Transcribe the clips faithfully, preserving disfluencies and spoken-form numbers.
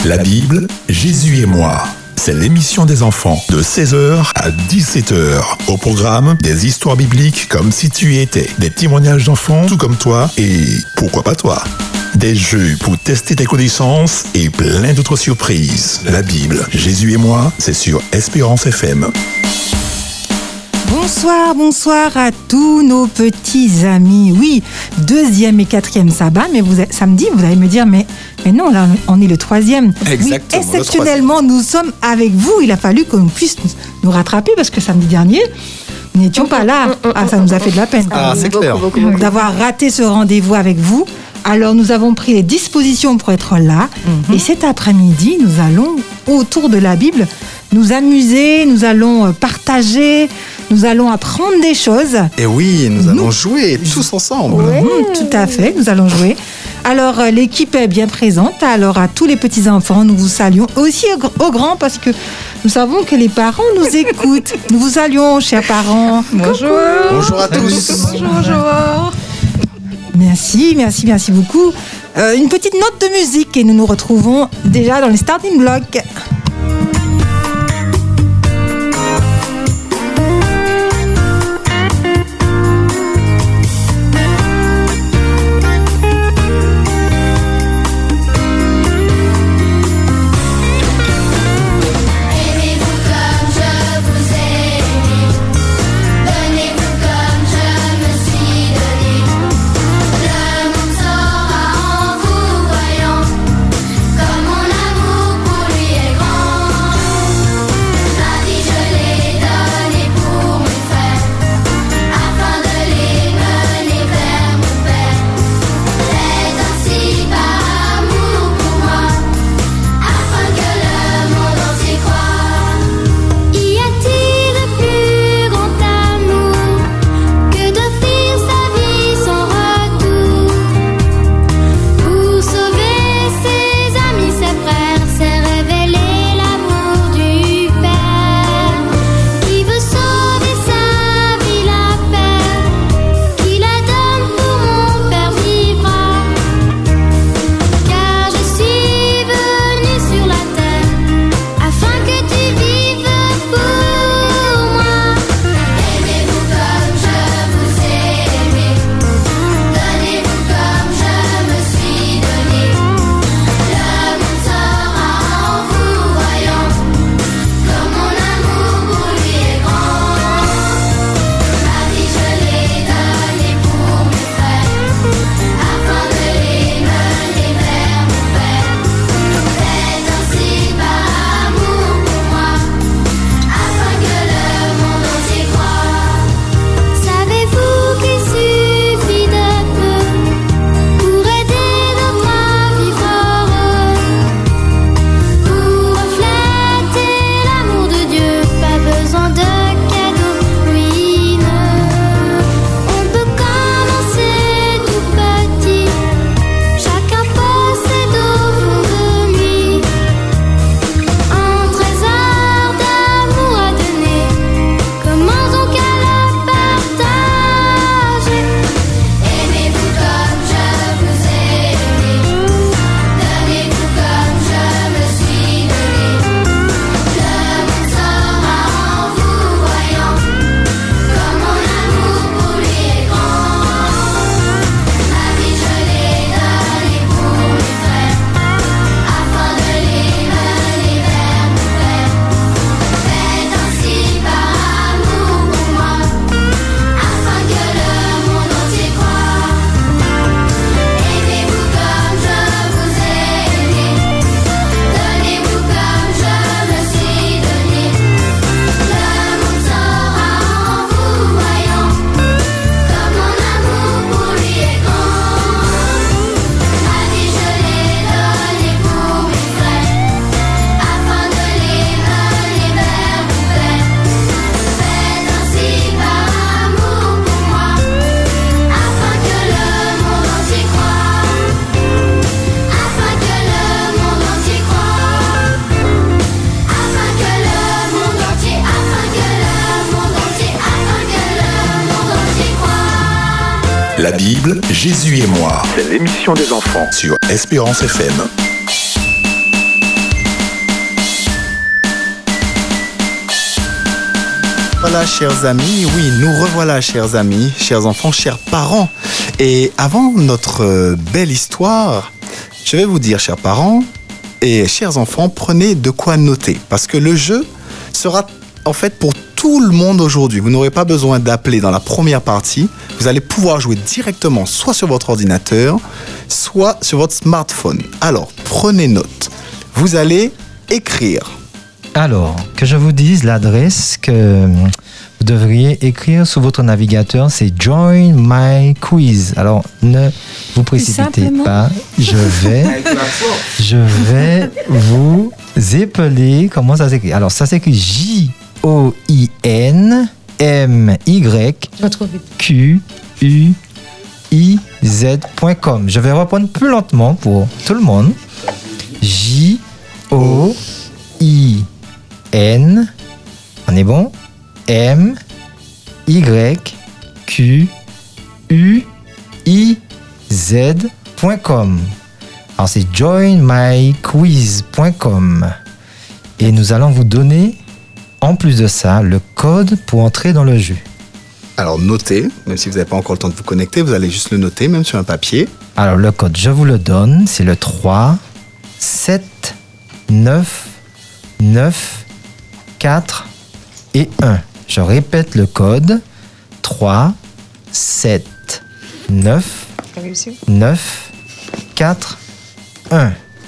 La Bible, Jésus et moi. C'est l'émission des enfants de seize heures à dix-sept heures. Au programme, des histoires bibliques comme si tu y étais, des témoignages d'enfants tout comme toi et pourquoi pas toi. Des jeux pour tester tes connaissances et plein d'autres surprises. La Bible, Jésus et moi, c'est sur Espérance F M. Bonsoir, bonsoir à tous nos petits amis. Oui, deuxième et quatrième sabbat, mais vous, samedi, vous allez me dire, mais, mais non, là, on est le troisième. Exactement. Oui, exceptionnellement, nous sommes avec vous. Il a fallu qu'on puisse nous rattraper parce que samedi dernier, nous n'étions pas là. Ah, ça nous a fait de la peine. Ah, c'est clair. Beaucoup, beaucoup, beaucoup. D'avoir raté ce rendez-vous avec vous. Alors, nous avons pris les dispositions pour être là. Mm-hmm. Et cet après-midi, nous allons, autour de la Bible, nous amuser, nous allons partager, nous allons apprendre des choses. Et oui, nous, nous allons jouer tous ensemble. Oui, mmh, tout à fait, nous allons jouer. Alors, l'équipe est bien présente. Alors, à tous les petits-enfants, nous vous saluons. Aussi aux grands, parce que nous savons que les parents nous écoutent. Nous vous saluons, chers parents. Bonjour. Bonjour à tous. Bonjour, bonjour. Merci, merci, merci beaucoup. Euh, une petite note de musique et nous nous retrouvons déjà dans les starting blocks. La Bible, Jésus et moi. C'est l'émission des enfants sur Espérance F M. revoilà, chers amis. Oui, nous revoilà, chers amis, chers enfants, chers parents. Et avant notre euh, belle histoire, je vais vous dire, chers parents et chers enfants, prenez de quoi noter. Parce que le jeu sera en fait pour tout le monde aujourd'hui. Vous n'aurez pas besoin d'appeler dans la première partie. Vous allez pouvoir jouer directement soit sur votre ordinateur, soit sur votre smartphone. Alors, prenez note. Vous allez écrire. Alors, que je vous dise l'adresse que vous devriez écrire sur votre navigateur, c'est Join My Quiz. Alors, ne vous précipitez pas. Je vais, je vais vous épeler comment ça s'écrit. Alors, ça s'écrit J O I N M Y Q U I Z point com. Je vais reprendre plus lentement pour tout le monde. J O I N, on est bon? M Y Q U I Z point com. Alors c'est join my quiz point com. Et nous allons vous donner, en plus de ça, le code pour entrer dans le jeu. Alors notez, même si vous n'avez pas encore le temps de vous connecter, vous allez juste le noter, même sur un papier. Alors le code, je vous le donne, c'est le trois sept neuf neuf quatre et un. Je répète le code trois sept neuf neuf quatre un.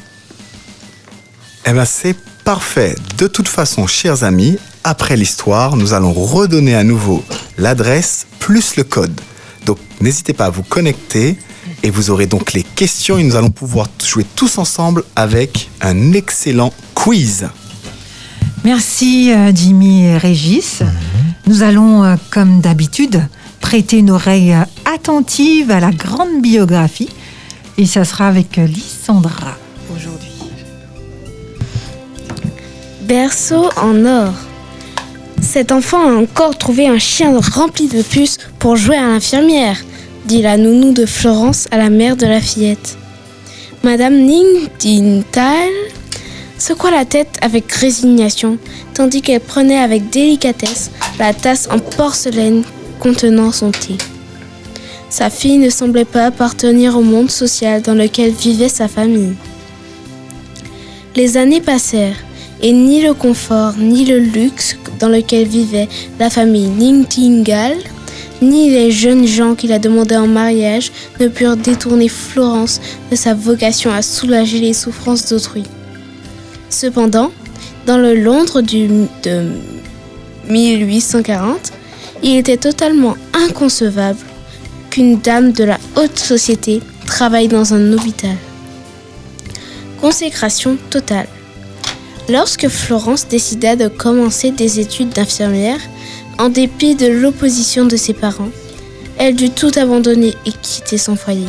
Eh bien, c'est parfait. De toute façon, chers amis, après l'histoire, nous allons redonner à nouveau l'adresse plus le code. Donc, n'hésitez pas à vous connecter et vous aurez donc les questions et nous allons pouvoir jouer tous ensemble avec un excellent quiz. Merci euh, Jimmy et Régis. Mmh. Nous allons, euh, comme d'habitude, prêter une oreille euh, attentive à la grande biographie. Et ça sera avec euh, Lysandra aujourd'hui. Berceau en or. Cet enfant a encore trouvé un chien rempli de puces pour jouer à l'infirmière, dit la nounou de Florence à la mère de la fillette. Madame Ning-Tintal secoua la tête avec résignation, tandis qu'elle prenait avec délicatesse la tasse en porcelaine contenant son thé. Sa fille ne semblait pas appartenir au monde social dans lequel vivait sa famille. Les années passèrent, et ni le confort ni le luxe dans lequel vivait la famille Nightingale, ni les jeunes gens qui la demandaient en mariage ne purent détourner Florence de sa vocation à soulager les souffrances d'autrui. Cependant, dans le Londres du, de mille huit cent quarante, il était totalement inconcevable qu'une dame de la haute société travaille dans un hôpital. Consécration totale. Lorsque Florence décida de commencer des études d'infirmière, en dépit de l'opposition de ses parents, elle dut tout abandonner et quitter son foyer.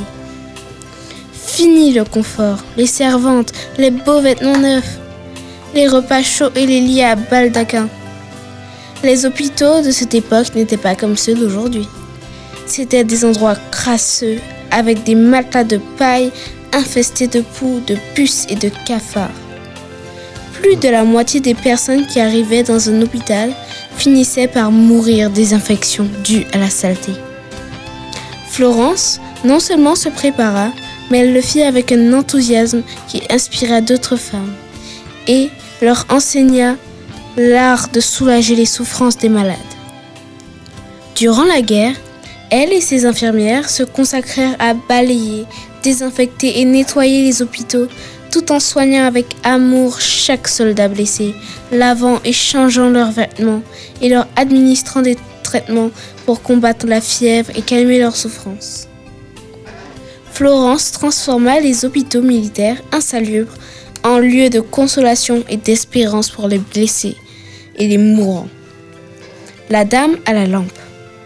Fini le confort, les servantes, les beaux vêtements neufs, les repas chauds et les lits à baldaquin. Les hôpitaux de cette époque n'étaient pas comme ceux d'aujourd'hui. C'étaient des endroits crasseux, avec des matelas de paille infestés de poux, de puces et de cafards. Plus de la moitié des personnes qui arrivaient dans un hôpital finissaient par mourir des infections dues à la saleté. Florence non seulement se prépara, mais elle le fit avec un enthousiasme qui inspira d'autres femmes et leur enseigna l'art de soulager les souffrances des malades. Durant la guerre, elle et ses infirmières se consacrèrent à balayer, désinfecter et nettoyer les hôpitaux tout en soignant avec amour chaque soldat blessé, lavant et changeant leurs vêtements et leur administrant des traitements pour combattre la fièvre et calmer leurs souffrances. Florence transforma les hôpitaux militaires insalubres en lieu de consolation et d'espérance pour les blessés et les mourants. La dame à la lampe.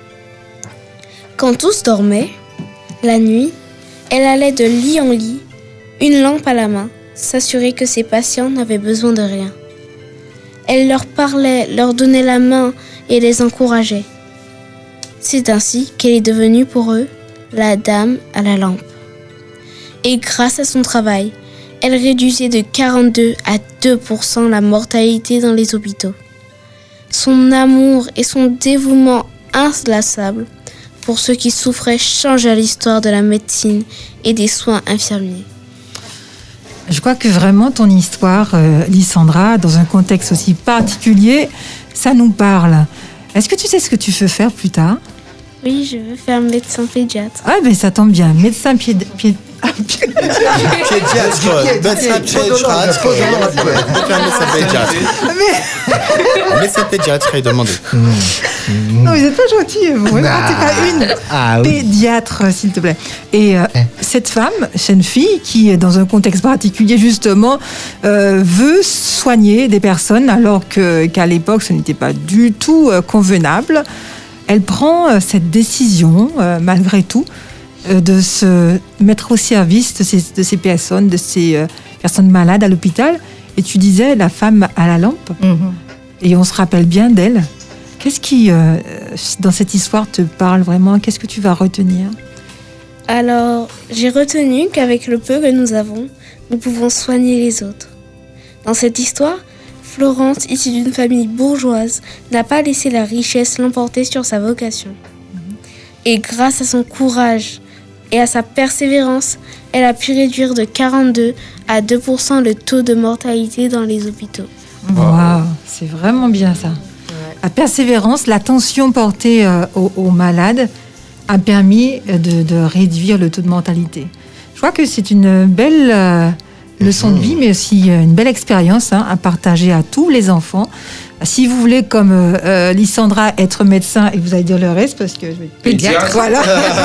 Quand tous dormaient, la nuit, elle allait de lit en lit, une lampe à la main, s'assurer que ses patients n'avaient besoin de rien. Elle leur parlait, leur donnait la main et les encourageait. C'est ainsi qu'elle est devenue pour eux la dame à la lampe. Et grâce à son travail, elle réduisait de quarante-deux à deux pour cent la mortalité dans les hôpitaux. Son amour et son dévouement inlassable pour ceux qui souffraient changea l'histoire de la médecine et des soins infirmiers. Je crois que vraiment ton histoire, euh, Lysandra, dans un contexte aussi particulier, ça nous parle. Est-ce que tu sais ce que tu veux faire plus tard ? Oui, je veux faire médecin pédiatre. Ah ben ça tombe bien, médecin pied... pied... Pédiatre, médecin pédiatre, médecin pédiatre, il demandé. Non, vous n'êtes pas gentil, vous. Ne partez pas une Ah, oui. pédiatre, s'il te plaît. Et euh, cette femme, cette fille, qui, dans un contexte particulier, justement, euh, veut soigner des personnes, alors que, qu'à l'époque, ce n'était pas du tout euh, convenable, elle prend euh, cette décision, euh, malgré tout, euh, de se mettre au service de ces, de ces personnes, de ces euh, personnes malades à l'hôpital. Et tu disais, la femme à la lampe, mm-hmm. et on se rappelle bien d'elle. Qu'est-ce qui, euh, dans cette histoire, te parle vraiment ? Qu'est-ce que tu vas retenir ? Alors, j'ai retenu qu'avec le peu que nous avons, nous pouvons soigner les autres. Dans cette histoire, Florence, issue d'une famille bourgeoise, n'a pas laissé la richesse l'emporter sur sa vocation. Et grâce à son courage et à sa persévérance, elle a pu réduire de quarante-deux à deux pour cent le taux de mortalité dans les hôpitaux. Waouh, c'est vraiment bien ça. La persévérance, l'attention portée euh, aux, aux malades a permis de, de réduire le taux de mortalité. Je crois que c'est une belle euh, leçon de vie, mais aussi une belle expérience hein, à partager à tous les enfants. Si vous voulez, comme euh, Lysandra, être médecin, et vous allez dire le reste, parce que je vais être pédiatre, voilà.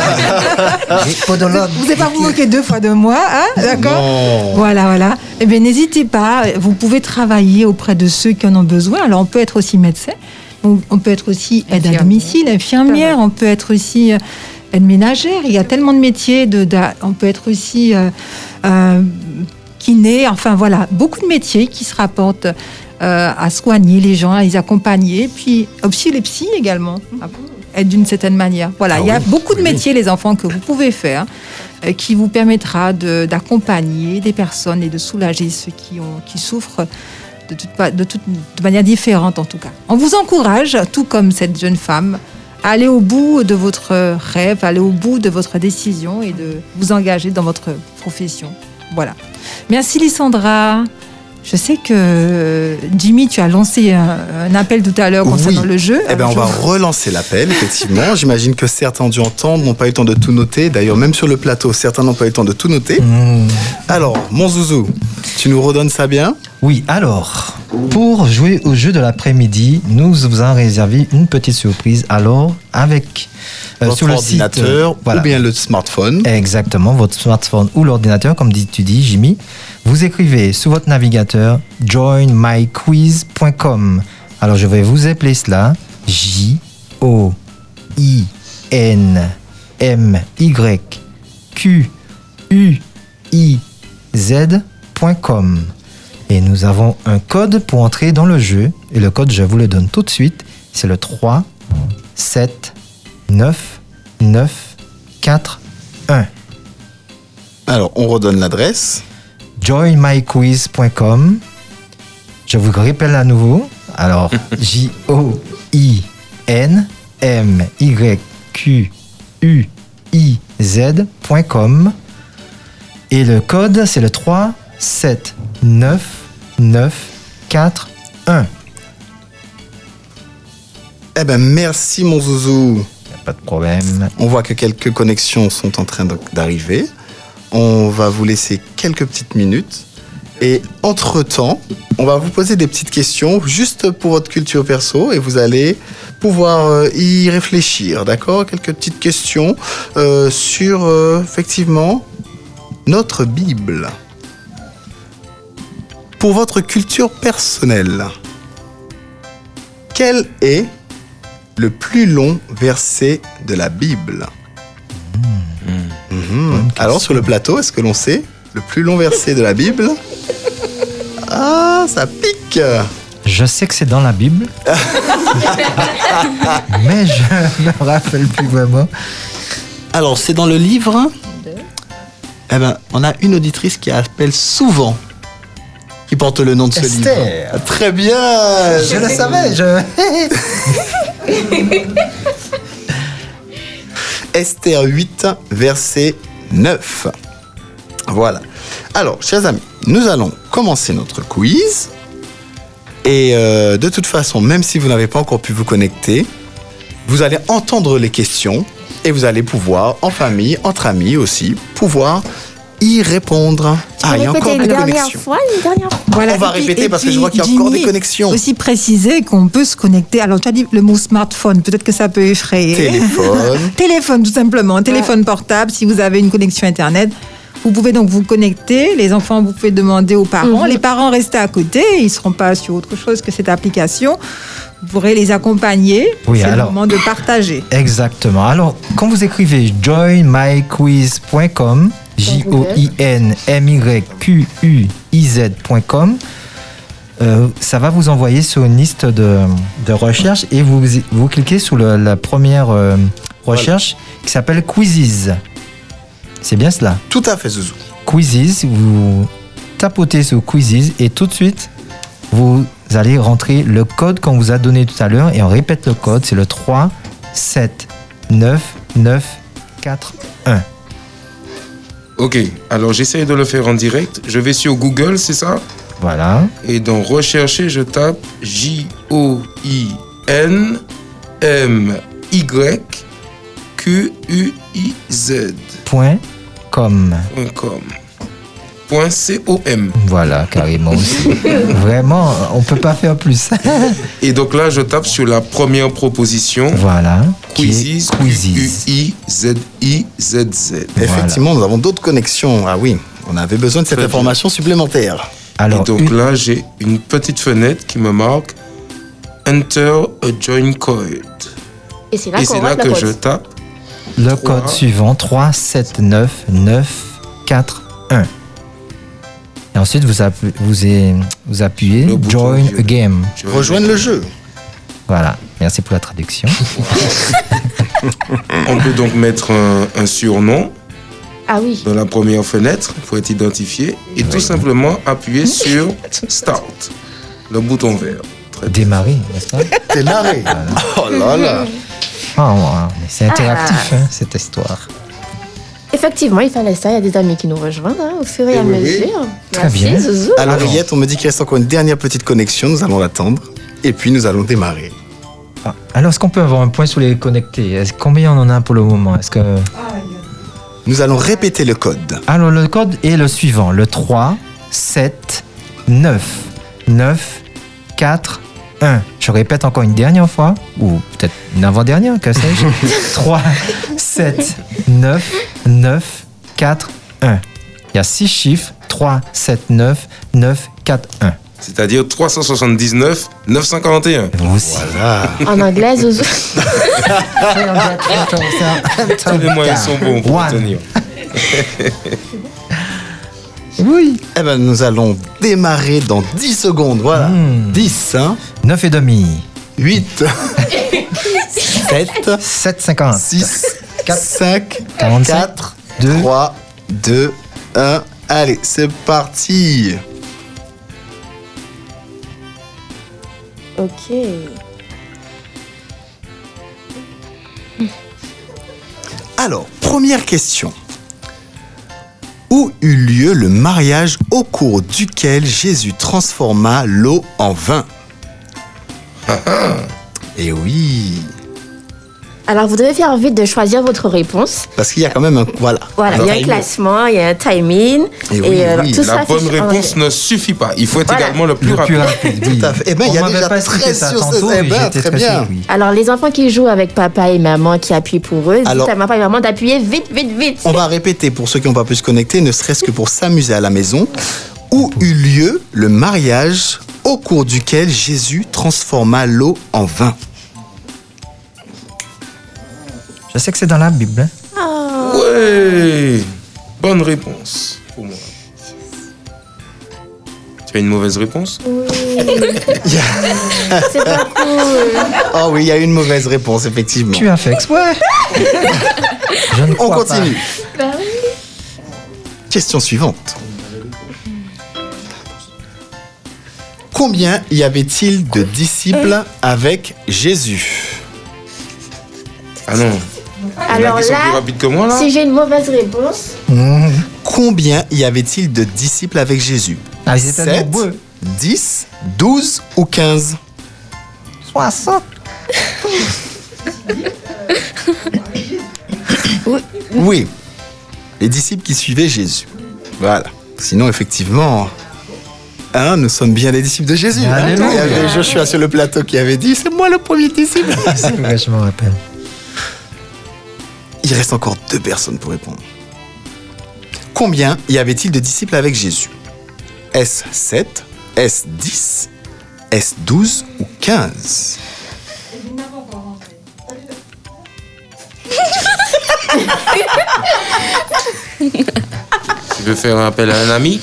Vous n'allez pas vous moquer deux fois de moi, hein, d'accord ? Non. Voilà, voilà. Eh bien, n'hésitez pas, vous pouvez travailler auprès de ceux qui en ont besoin. Alors, on peut être aussi médecin, on peut être aussi aide à domicile, infirmière, on peut être aussi aide ménagère. Il y a tellement de métiers, de, de, on peut être aussi euh, euh, kiné, enfin voilà, beaucoup de métiers qui se rapportent Euh, à soigner les gens, à les accompagner, puis aussi les psys également, être d'une certaine manière. Voilà, ah il y a oui, beaucoup de oui, métiers, oui. les enfants, que vous pouvez faire, euh, qui vous permettra de, d'accompagner des personnes et de soulager ceux qui, ont, qui souffrent de, toute, de, toute, de manière différente en tout cas. On vous encourage, tout comme cette jeune femme, à aller au bout de votre rêve, à aller au bout de votre décision et de vous engager dans votre profession. Voilà. Merci Lysandra. Je sais que, Jimmy, tu as lancé un, un appel tout à l'heure concernant oui. le jeu. Eh bien, on va relancer l'appel, effectivement. J'imagine que certains ont dû entendre, n'ont pas eu le temps de tout noter. D'ailleurs, même sur le plateau, certains n'ont pas eu le temps de tout noter. Mmh. Alors, mon zouzou, tu nous redonnes ça bien ? Oui, alors, pour jouer au jeu de l'après-midi, nous vous avons réservé une petite surprise. Alors, avec... Euh, votre sur le ordinateur site, euh, voilà. ou bien le smartphone. Exactement, votre smartphone ou l'ordinateur, comme tu dis, Jimmy. Vous écrivez sur votre navigateur join my quiz point com. Alors, je vais vous appeler cela J O I N M Y Q U I Z point com. Et nous avons un code pour entrer dans le jeu. Et le code, je vous le donne tout de suite. C'est le trois sept neuf neuf quatre un. Alors, on redonne l'adresse. join my quiz point com. Je vous rappelle à nouveau. Alors, J O I N M Y Q U I Z point com. Et le code, c'est le trois sept neuf neuf quatre un. Eh ben, merci mon zouzou. Pas de problème. On voit que quelques connexions sont en train d'arriver. On va vous laisser quelques petites minutes. Et entre-temps, on va vous poser des petites questions juste pour votre culture perso et vous allez pouvoir y réfléchir, d'accord ? Quelques petites questions euh, sur, euh, effectivement, notre Bible. Pour votre culture personnelle, quel est le plus long verset de la Bible ? mmh. Mmh. Alors, sur le plateau, est-ce que l'on sait le plus long verset de la Bible ? Ah, ça pique ! Je sais que c'est dans la Bible, mais je ne me rappelle plus vraiment. Alors, c'est dans le livre. Eh ben, on a une auditrice qui appelle souvent, qui porte le nom de ce Esther. livre? Très bien. Je le savais. Je... Esther huit, verset neuf. Voilà. Alors, chers amis, nous allons commencer notre quiz. Et euh, de toute façon, même si vous n'avez pas encore pu vous connecter, vous allez entendre les questions et vous allez pouvoir, en famille, entre amis aussi, pouvoir y répondre. Ah, il y a encore des connexions. Fois, une dernière fois. Voilà. On va puis, répéter parce que je vois qu'il y a Jimmy, encore des connexions. Aussi préciser qu'on peut se connecter. Alors, tu as dit le mot smartphone, peut-être que ça peut effrayer. Téléphone. Téléphone, tout simplement. Téléphone portable, si vous avez une connexion Internet. Vous pouvez donc vous connecter. Les enfants, vous pouvez demander aux parents. Mm-hmm. Les parents, restez à côté. Ils ne seront pas sur autre chose que cette application. Vous pourrez les accompagner. Oui, c'est alors, le moment de partager. Exactement. Alors, quand vous écrivez join my quiz point com, J O I N M Y Q U I Z point com, euh, ça va vous envoyer sur une liste de, de recherches et vous, vous cliquez sur le, la première euh, recherche voilà. qui s'appelle Quizzes. C'est bien cela? Tout à fait, Zouzou. Quizzes, vous tapotez sur Quizzes et tout de suite, vous allez rentrer le code qu'on vous a donné tout à l'heure et on répète le code, c'est le trois sept neuf neuf quatre un. Ok, alors j'essaie de le faire en direct. Je vais sur Google, c'est ça? Voilà. Et dans rechercher, je tape J O I N M Y Q U I Z. Point com. Point com. Point C O M. Voilà, carrément aussi. Vraiment, on ne peut pas faire plus. Et donc là, je tape sur la première proposition. Voilà. Quizzes. Q U I Z I Z Z. Effectivement, voilà. Nous avons d'autres connexions. Ah oui, on avait besoin de cette Très information bien. supplémentaire. Alors, Et donc une... là, j'ai une petite fenêtre qui me marque Enter a join code. Et c'est là, Et c'est là que je tape le trois code suivant, trois sept neuf neuf quatre un. Et ensuite, vous, appu- vous, est, vous appuyez Join a game. Rejoindre le jeu. Voilà, merci pour la traduction. On peut donc mettre un, un surnom ah oui. dans la première fenêtre, il faut être identifié, et oui. tout simplement appuyer sur Start, le bouton vert. Très Démarrer, n'est-ce pas? Démarrer. Voilà. Oh là là. Oh, c'est interactif, ah. hein, cette histoire. Effectivement, il fallait ça. Il y a des amis qui nous rejoignent hein, au fur et, et à oui, mesure. Oui. Très Merci, bien. Zouzou. Alors, Riette, on me dit qu'il reste encore une dernière petite connexion. Nous allons l'attendre. Et puis, nous allons démarrer. Ah, alors, est-ce qu'on peut avoir un point sur les connectés? Est-ce, combien on en a pour le moment? Est-ce que... Nous allons répéter le code. Alors, le code est le suivant. Le trois sept neuf neuf quatre un. Je répète encore une dernière fois, ou peut-être une avant-dernière, que sais-je. trois sept neuf neuf quatre un. Il y a six chiffres, trois sept neuf neuf quatre un. C'est-à-dire trois cent soixante-dix-neuf neuf cent quarante et un. Voilà. En anglais, Zouzou. Tous les moyens sont bons pour retenir. Oui. Eh ben, nous allons démarrer dans dix secondes. Voilà. Mmh. dix, hein. neuf et demi. huit. sept. sept cinquante. six. quatre. cinq. quarante-quatre. deux. trois. deux. un. Allez, c'est parti. Ok. Alors, première question. Où eut lieu le mariage au cours duquel Jésus transforma l'eau en vin? Eh oui. Alors, vous devez faire vite de choisir votre réponse. Parce qu'il y a quand même un... Voilà. Voilà, Alors, il y a un classement, il y a un timing. Et, oui, et euh, oui. tout La ça bonne réponse ne suffit pas. Il faut être voilà. également le plus le rapide. Plus rapide oui. Tout à fait. Eh ben, il y a déjà pas très ça sur tantôt, ce... Eh ben, très bien. Oui. Alors, les enfants qui jouent avec papa et maman qui appuient pour eux, Alors, dites à papa et maman d'appuyer vite, vite, vite. On va répéter pour ceux qui n'ont pas pu se connecter, ne serait-ce que pour s'amuser à la maison. Où eut lieu le mariage au cours duquel Jésus transforma l'eau en vin? Je sais que c'est dans la Bible. Hein? Oh. Ouais. Bonne réponse pour moi. Tu as une mauvaise réponse? Oui. C'est pas cool. Oh oui, il y a une mauvaise réponse, effectivement. Tu as fait exprès. Je ne On continue. Bah oui. Question suivante. Combien y avait-il de disciples avec Jésus? Ah non. Alors Ils sont plus là, rapides que moi, là. si j'ai une mauvaise réponse, Mmh. Combien y avait-il de disciples avec Jésus? Ah, ils étaient sept, nombreux. dix, douze ou quinze? soixante. Oui, les disciples qui suivaient Jésus. Voilà. Sinon, effectivement, hein, nous sommes bien les disciples de Jésus. Hein. Alléluia. Il y avait Joshua sur le plateau qui avait dit « C'est moi le premier disciple ». C'est vrai, je m'en rappelle. Il reste encore deux personnes pour répondre. Combien y avait-il de disciples avec Jésus? Est-ce sept, est-ce dix, est-ce douze ou quinze? Tu veux faire un appel à un ami?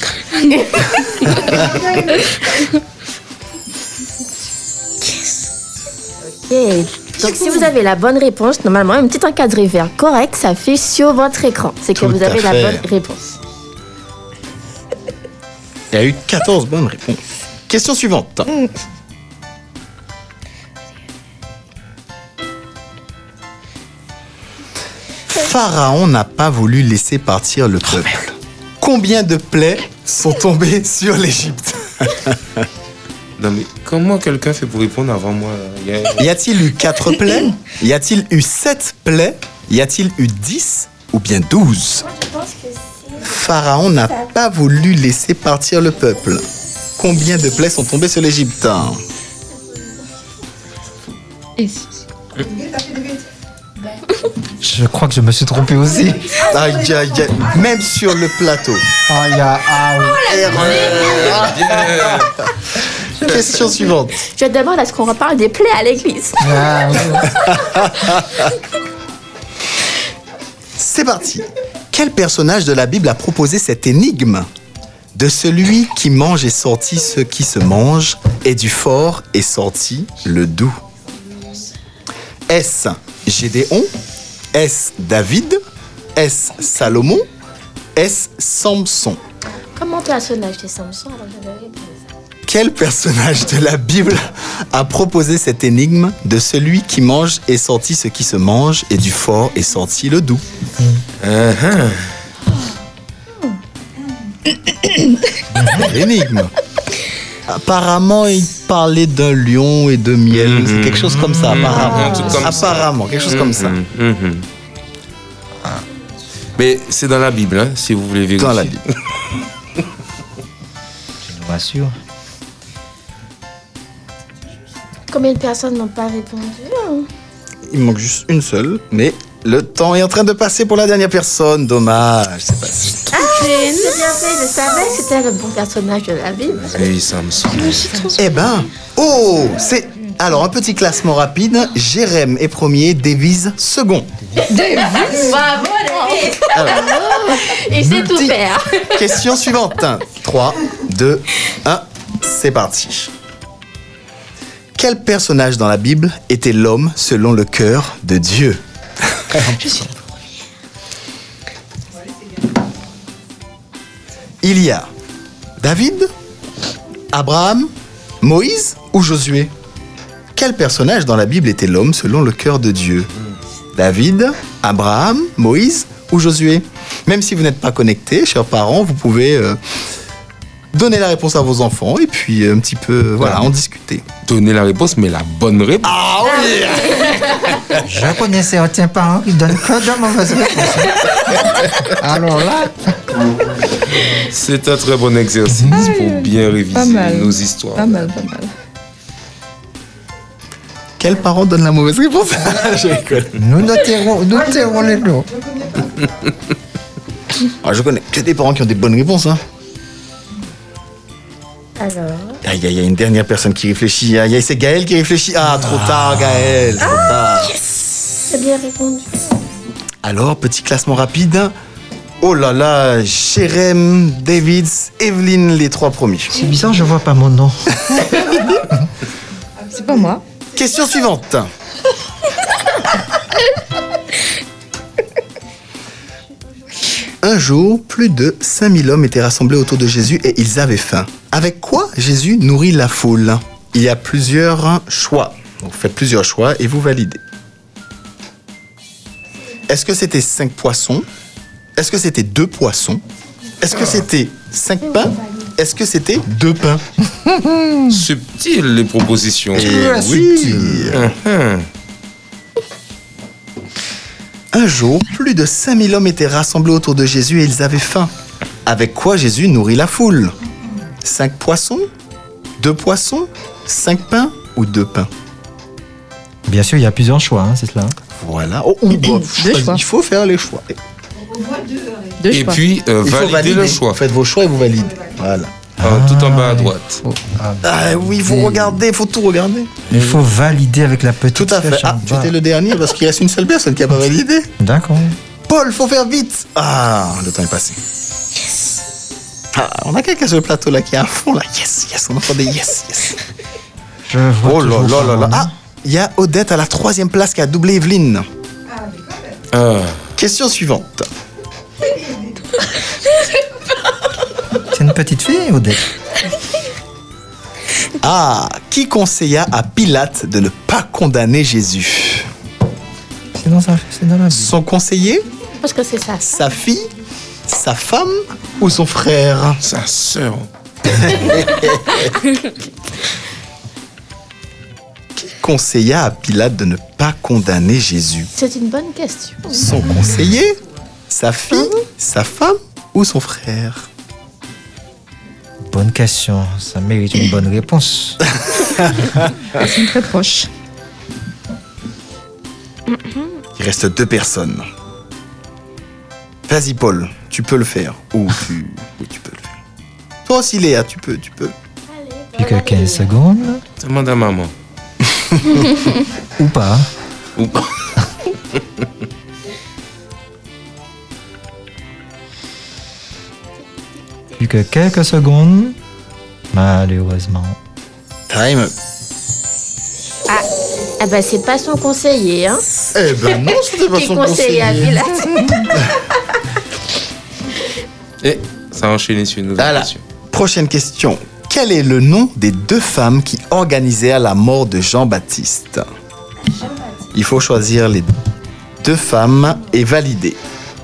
Ok. Donc, si vous avez la bonne réponse, normalement, un petit encadré vert correct s'affiche sur votre écran. C'est que Tout vous à avez la fait. bonne réponse. Il y a eu quatorze bonnes réponses. Question suivante. Pharaon n'a pas voulu laisser partir le peuple. Combien de plaies sont tombées sur l'Égypte? Non mais comment quelqu'un fait pour répondre avant moi là? Il y a- Y a-t-il eu quatre plaies? Y a-t-il eu sept plaies? Y a-t-il eu dix ou bien douze? Pharaon n'a pas voulu laisser partir le peuple. Combien de plaies sont tombées sur l'Égypte? Je crois que je me suis trompé aussi. Aïe, aïe, aïe. Même sur le plateau. Aïe, aïe, aïe. Question suivante. Je demande à ce qu'on reparle des plaies à l'église. Ah, oui. C'est parti. Quel personnage de la Bible a proposé cette énigme? De celui qui mange est sorti ce qui se mange, et du fort est sorti le doux. Est-ce Gédéon? Est-ce David? Est-ce Salomon? Est-ce Samson? Comment personnage de Samson? Alors, je vais répondre. Quel personnage de la Bible a proposé cette énigme? De celui qui mange est sorti ce qui se mange, et du fort est sorti le doux. Uh-huh. L'énigme. Apparemment, il parlait d'un lion et de miel. C'est quelque chose comme ça, apparemment. Un truc comme ça. apparemment, quelque chose comme ça. Mhm, mhm. Mais c'est dans la Bible, hein, si vous voulez vérifier. Dans la Bible. Je vous rassure. Combien de personnes n'ont pas répondu? hein? Il manque juste une seule, mais le temps est en train de passer pour la dernière personne. Dommage, c'est passé. Ah, c'est bien fait. Je savais que c'était le bon personnage de la Bible. Oui, Samson. Eh ben, oh, c'est... Alors, un petit classement rapide. Jérém est premier, Davies second. Bravo, David. Il sait tout Multi- faire. Question suivante. trois, deux, un, c'est parti. Quel personnage dans la Bible était l'homme selon le cœur de Dieu? Il y a David, Abraham, Moïse ou Josué? Quel personnage dans la Bible était l'homme selon le cœur de Dieu? David, Abraham, Moïse ou Josué? Même si vous n'êtes pas connectés, chers parents, vous pouvez euh, donner la réponse à vos enfants et puis euh, un petit peu, euh, voilà, en discuter. Donnez la réponse, mais la bonne réponse. Ah oui! Je connais certains parents qui donnent que de mauvaises réponses. Alors là, C'est un très bon exercice pour bien réviser Pas mal. nos histoires. Pas mal, pas mal. Quel parent donne la mauvaise réponse? Je rigole. nous noterons, nous noterons les noms. Ah, je connais que des parents qui ont des bonnes réponses. Hein. Alors, Aïe, aïe, il y a une dernière personne qui réfléchit. Aïe, aïe, c'est Gaël qui réfléchit. Ah, trop tard, Gaël, trop tard. c'est bien répondu. Alors, petit classement rapide. Oh là là, Jérém, David, Evelyne, les trois premiers. C'est bizarre, je vois pas mon nom. C'est pas moi. Question suivante. Un jour, plus de cinq mille hommes étaient rassemblés autour de Jésus et ils avaient faim. Avec quoi Jésus nourrit la foule? Il y a plusieurs choix. Vous faites plusieurs choix et vous validez. Est-ce que c'était cinq poissons? Est-ce que c'était deux poissons? Est-ce que c'était cinq pains? Est-ce que c'était deux pains? Subtil, les propositions. Et oui. Uh-huh. Un jour, plus de cinq mille hommes étaient rassemblés autour de Jésus et ils avaient faim. Avec quoi Jésus nourrit la foule? Cinq poissons? Deux poissons? Cinq pains ou deux pains? Bien sûr, il y a plusieurs choix, hein, c'est cela. Voilà. Oh, oh, oh, il faut faire les choix. Deux Et choix. puis, euh, Il faut valider valider le choix. Faites vos choix et vous validez. Voilà. Ah, tout en bas à droite. Oh, ah, Ah oui, il faut regarder, il faut tout regarder. il faut valider avec la petite Tout à fait. flèche en Ah, tu bas. étais le dernier parce qu'il reste une seule personne qui n'a pas validé. D'accord. Paul, faut faire vite. Ah, le temps est passé. Ah, on a quelqu'un sur le plateau là qui est à fond là. Yes, yes, on entend des yes, yes. Je vois Oh là toujours là pas là là. mon nom. Ah, il y a Odette à la troisième place qui a doublé Evelyne. Ah. Question suivante. C'est une petite fille, Odette. Ah, qui conseilla à Pilate de ne pas condamner Jésus? C'est dans, sa- c'est dans la Bible. Son conseiller, Parce que c'est ça. sa fille, sa femme ou son frère? Sa sœur. Qui conseilla à Pilate de ne pas condamner Jésus? C'est une bonne question. Son conseiller, sa fille, sa femme ou son frère? Bonne question, ça mérite une bonne réponse. C'est très proche. Il reste deux personnes. Vas-y Paul, tu peux le faire. Ou tu... Oui, tu peux le faire. Toi aussi Léa, tu peux, tu peux. Plus que quinze secondes. Demande à maman. Ou pas. Ou pas. Plus que quelques secondes. Malheureusement. Time. Ah ben c'est pas son conseiller, hein. Eh ben non, c'était pas Qui son conseille à conseiller. Pilate. Et ça a enchaîné sur une nouvelle Voilà. question. Prochaine question. Quel est le nom des deux femmes qui organisèrent la mort de Jean-Baptiste? Il faut choisir les deux femmes et valider.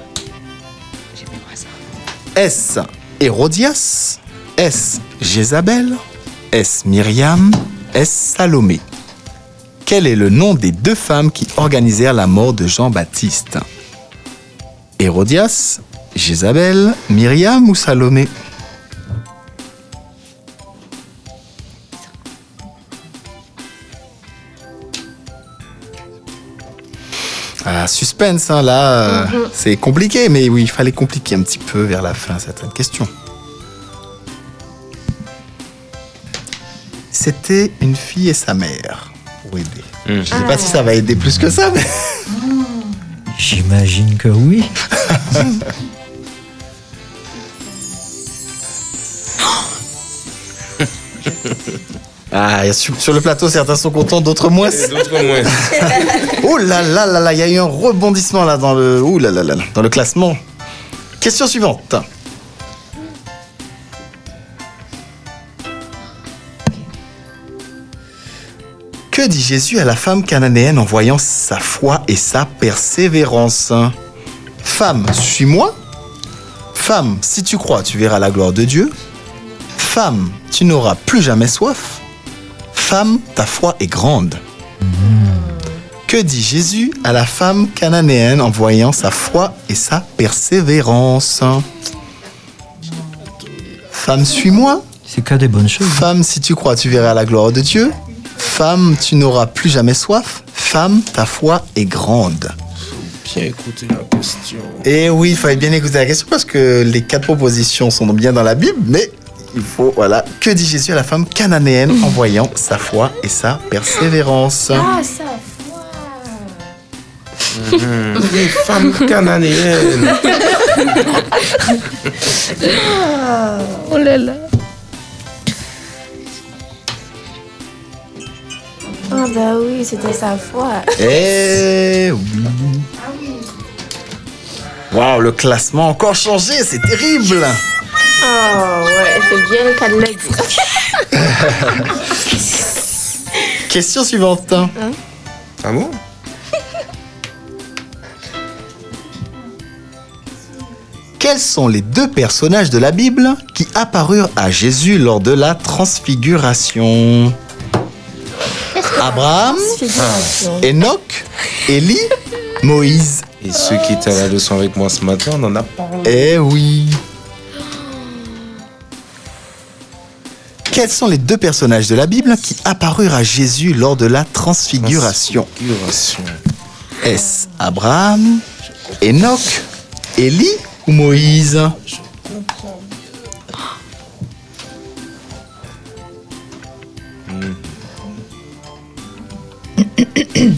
Est-ce Hérodias? Est-ce Jézabel? Est-ce Myriam? Est-ce Salomé? Quel est le nom des deux femmes qui organisèrent la mort de Jean-Baptiste? Hérodias, Jézabel, Myriam ou Salomé? Ah, suspense, hein, là, euh, c'est compliqué, mais oui, il fallait compliquer un petit peu vers la fin certaines questions. C'était une fille et sa mère, pour aider. Mmh. Je sais pas si ça va aider plus que ça, mais... J'imagine que oui. Ah, y a sur, sur le plateau, certains sont contents, d'autres moins. Et d'autres moins. Oh là là là là, il y a eu un rebondissement là dans le, ouh là là là, dans le classement. Question suivante. Que dit Jésus à la femme cananéenne en voyant sa foi et sa persévérance? Femme, suis-moi. Femme, si tu crois, tu verras la gloire de Dieu. Femme, tu n'auras plus jamais soif. Femme, ta foi est grande. Que dit Jésus à la femme cananéenne en voyant sa foi et sa persévérance? Femme, suis-moi. C'est que des bonnes choses. Femme, si tu crois, tu verras la gloire de Dieu. Femme, tu n'auras plus jamais soif. Femme, ta foi est grande. Bien écouter la question. Et oui, il fallait bien écouter la question parce que les quatre propositions sont bien dans la Bible, mais il faut, voilà. Que dit Jésus à la femme cananéenne en voyant sa foi et sa persévérance? Ah, sa foi. Mmh. Les femmes cananéennes. Oh là là. Ah bah oui, c'était sa foi. Eh oui. Waouh, le classement a encore changé, c'est terrible. Oh ouais, c'est bien le cas de le dire. Question suivante. Ah bon? Quels sont les deux personnages de la Bible qui apparurent à Jésus lors de la transfiguration? Abraham, Enoch, Élie, Moïse. Et ceux qui étaient à la leçon avec moi ce matin, on en a parlé. Eh oui. Quels sont les deux personnages de la Bible qui apparurent à Jésus lors de la transfiguration? Transfiguration. Est-ce Abraham, Enoch, Élie ou Moïse? Je comprends bien.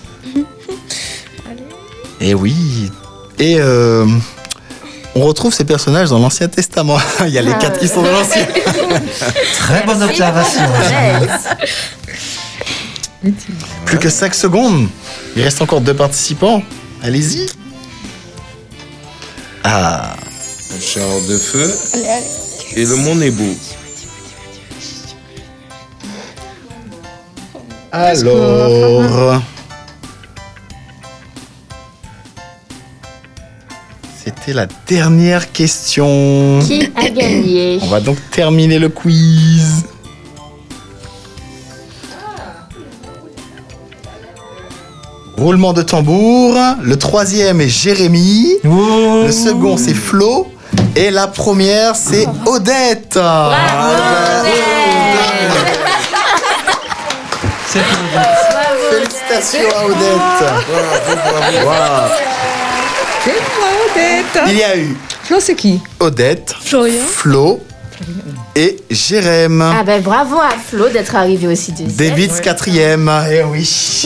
Eh oui. Et euh, on retrouve ces personnages dans l'Ancien Testament. Il y a les Ah. quatre qui sont dans l'Ancien. Très bonne observation. Plus que cinq secondes. Il reste encore deux participants. Allez-y. Ah. Un char de feu. Et le monde est beau. Alors. C'était la dernière question. Qui a gagné? On va donc terminer le quiz. Roulement de tambour. Le troisième est Jérémy. Oh. Le second, c'est Flo. Et la première, c'est Odette. C'est pour vous. Félicitations à Odette. Bravo, bravo. Wow. C'est moi, Odette. Il y a eu Flo, c'est qui? Odette, Florian. Flo et Jérém. Ah ben bravo à Flo d'être arrivé aussi deuxième. David, quatrième. Eh oui.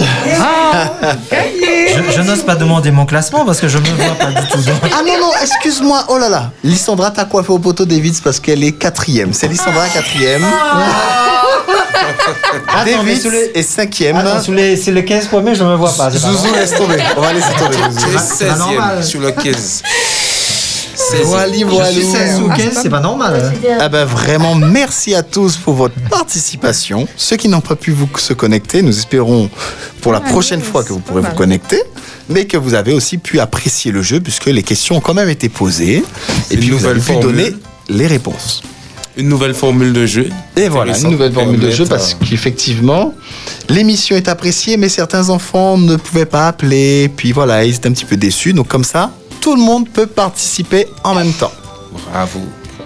Je, je n'ose pas demander mon classement parce que je ne me vois pas du tout. dans- Ah non, non, excuse-moi. Oh là là. Lissandra t'a coiffé au poteau David c'est parce qu'elle est quatrième. C'est Lissandra quatrième. Attends, mais David sous les- est cinquième. Attends, sous les, c'est le quinze premiers, je ne me vois pas. c'est pas Zouzou, grave. laisse tomber. On va laisser tomber. Tu Zouzou. es c'est pas seizième normal. sur le quinze. Voilà, Je voilà. suis seize ou quinze, c'est pas normal. hein. Ah ben vraiment, merci à tous pour votre participation. Ceux qui n'ont pas pu vous se connecter, nous espérons pour la prochaine fois que vous pourrez vous connecter, mais que vous avez aussi pu apprécier le jeu puisque les questions ont quand même été posées et une puis vous avez nouvelle pu formule. donner les réponses. Une nouvelle formule de jeu. Et voilà, une nouvelle formule de jeu Permettre, parce qu'effectivement, l'émission est appréciée, mais certains enfants ne pouvaient pas appeler, puis voilà, ils étaient un petit peu déçus. Donc comme ça, tout le monde peut participer en même temps. Bravo.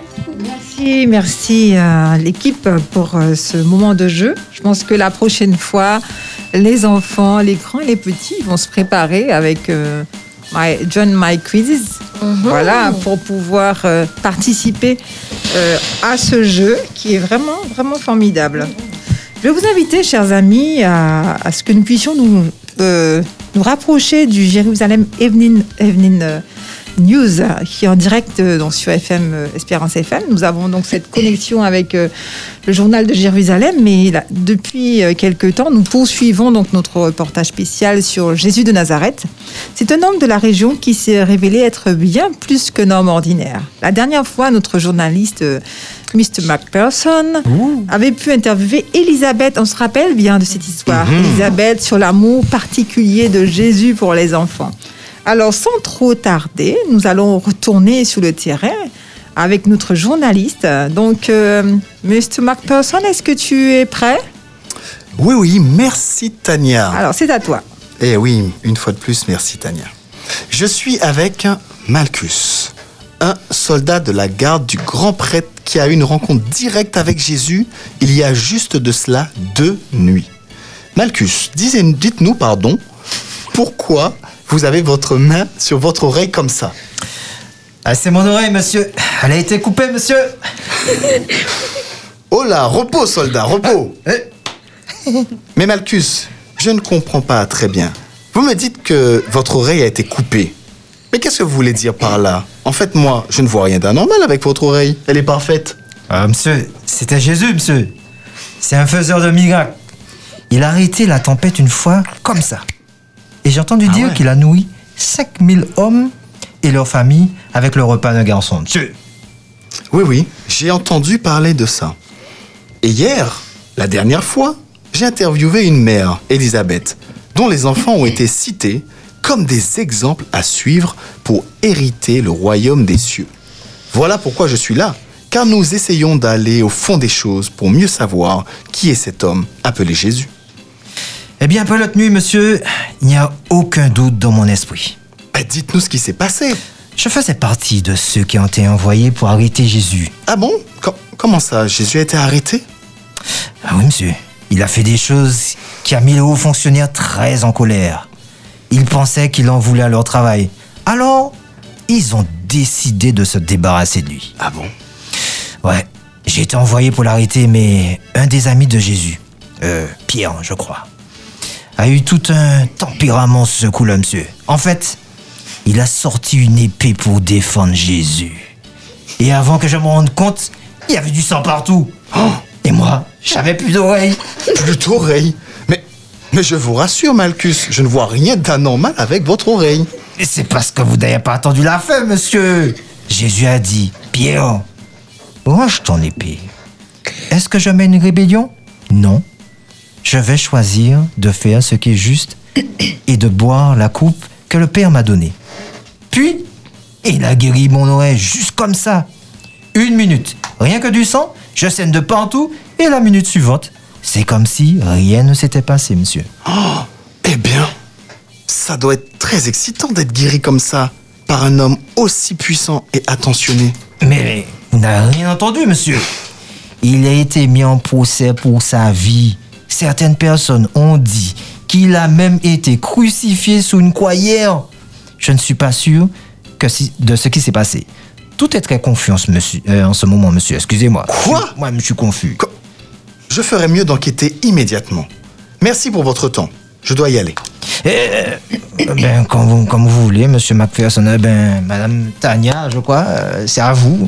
Merci, merci à l'équipe pour euh, ce moment de jeu. Je pense que la prochaine fois, les enfants, les grands et les petits vont se préparer avec euh, My, John My Quiz. Voilà, pour pouvoir euh, participer euh, à ce jeu qui est vraiment, vraiment formidable. Je vais vous inviter, chers amis, à, à ce que nous puissions nous, euh, nous rapprocher du Jérusalem Evening, Evening euh, News euh, qui est en direct euh, donc sur F M, euh, Espérance F M. Nous avons donc cette connexion avec euh, le journal de Jérusalem, mais là, depuis euh, quelque temps, nous poursuivons donc notre reportage spécial sur Jésus de Nazareth. C'est un homme de la région qui s'est révélé être bien plus qu'un homme ordinaire. La dernière fois, notre journaliste euh, mister McPherson avait pu interviewer Elisabeth. On se rappelle bien de cette histoire. Elisabeth sur l'amour particulier de Jésus pour les enfants. Alors, sans trop tarder, nous allons retourner sur le terrain avec notre journaliste. Donc, euh, mister McPherson, est-ce que tu es prêt? Oui, oui, merci Tania. Alors, c'est à toi. Eh oui, une fois de plus, merci Tania. Je suis avec Malchus, un soldat de la garde du grand prêtre qui a eu une rencontre directe avec Jésus il y a juste de cela deux nuits. Malchus, disez- dites-nous, pardon, pourquoi vous avez votre main sur votre oreille comme ça? Ah, c'est mon oreille, monsieur. Elle a été coupée, monsieur. Oh là, repos soldat, repos. Eh, Mais Malchus, je ne comprends pas très bien. Vous me dites que votre oreille a été coupée. Mais qu'est-ce que vous voulez dire par là? En fait, moi, je ne vois rien d'anormal avec votre oreille. Elle est parfaite. Ah, monsieur, c'était Jésus, monsieur. C'est un faiseur de miracles. Il a arrêté la tempête une fois, comme ça. Et j'ai entendu Ah dire ouais. qu'il a nourri cinq mille hommes et leur famille avec le repas d'un garçon, monsieur. Oui, oui, j'ai entendu parler de ça. Et hier, la dernière fois, j'ai interviewé une mère, Elisabeth, dont les enfants ont été cités comme des exemples à suivre pour hériter le royaume des cieux. Voilà pourquoi je suis là, car nous essayons d'aller au fond des choses pour mieux savoir qui est cet homme appelé Jésus. Eh bien, pelote nuit, monsieur, il n'y a aucun doute dans mon esprit. Ben, dites-nous ce qui s'est passé. Je faisais partie de ceux qui ont été envoyés pour arrêter Jésus. Ah bon? Com- Comment ça? Jésus a été arrêté? Ah oui, monsieur. Il a fait des choses qui a mis les hauts fonctionnaires très en colère. Ils pensaient qu'il en voulait à leur travail. Alors, ils ont décidé de se débarrasser de lui. Ah bon? Ouais, j'ai été envoyé pour l'arrêter, mais un des amis de Jésus, euh, Pierre, je crois, a eu tout un tempérament ce coup-là, monsieur. En fait, il a sorti une épée pour défendre Jésus. Et avant que je me rende compte, il y avait du sang partout. Oh, et moi, j'avais plus d'oreilles. Plus d'oreilles? Mais, mais je vous rassure, Malchus, je ne vois rien d'anormal avec votre oreille. Et c'est parce que vous n'avez pas attendu la fin, monsieur. Jésus a dit, Pierre, range ton épée. Est-ce que je mène une rébellion? Non. Je vais choisir de faire ce qui est juste et de boire la coupe que le Père m'a donnée. Puis, il a guéri mon oreille juste comme ça. Une minute, rien que du sang, je saigne de partout et la minute suivante, c'est comme si rien ne s'était passé, monsieur. Oh, eh bien, ça doit être très excitant d'être guéri comme ça par un homme aussi puissant et attentionné. Mais vous n'avez rien entendu, monsieur. Il a été mis en procès pour sa vie. Certaines personnes ont dit qu'il a même été crucifié sous une croix hier. Je ne suis pas sûr que si, de ce qui s'est passé. Tout est très confus en ce, monsieur, euh, en ce moment, monsieur. Excusez-moi. Quoi? Moi, je suis confus. Co- Je ferais mieux d'enquêter immédiatement. Merci pour votre temps. Je dois y aller. Euh, ben, quand vous, comme vous voulez, monsieur Macpherson. Euh, ben, madame Tania, je crois, euh, c'est à vous.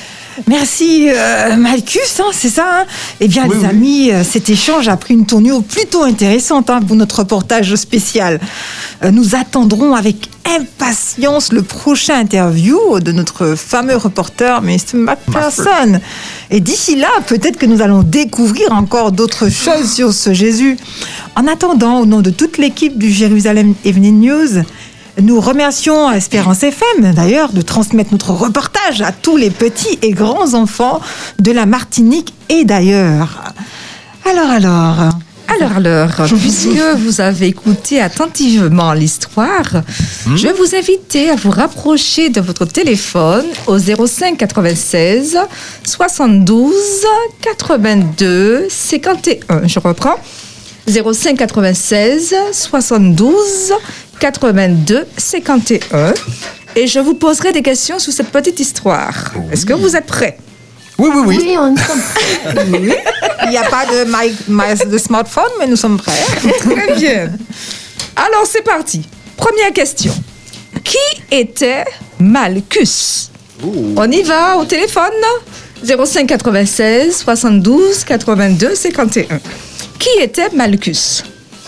Merci euh, Malchus, hein, c'est ça hein. Eh bien Oui, les oui. amis, euh, cet échange a pris une tournure plutôt intéressante hein, pour notre reportage spécial. Euh, nous attendrons avec impatience le prochain interview de notre fameux reporter mister Macpherson. Et d'ici là, peut-être que nous allons découvrir encore d'autres choses sur ce Jésus. En attendant, au nom de toute l'équipe du Jérusalem Evening News, nous remercions Espérance F M, d'ailleurs, de transmettre notre reportage à tous les petits et grands enfants de la Martinique et d'ailleurs. Alors, alors... Alors, alors, puisque vous avez écouté attentivement l'histoire, mmh. je vais vous inviter à vous rapprocher de votre téléphone au zéro cinq quatre-vingt-seize soixante-douze quatre-vingt-deux cinquante et un. Je reprends. zéro cinq quatre-vingt-seize soixante-douze quatre-vingt-deux cinquante et un. Et je vous poserai des questions sur cette petite histoire. Oui. Est-ce que vous êtes prêts? Oui, oui, oui. Oui, on Oui. Il n'y a pas de, my, my, de smartphone, mais nous sommes prêts. Très bien. Alors, c'est parti. Première question. Qui était Malchus? Ouh. On y va au téléphone. zéro cinq quatre-vingt-seize soixante-douze quatre-vingt-deux cinquante et un. Qui était Malchus?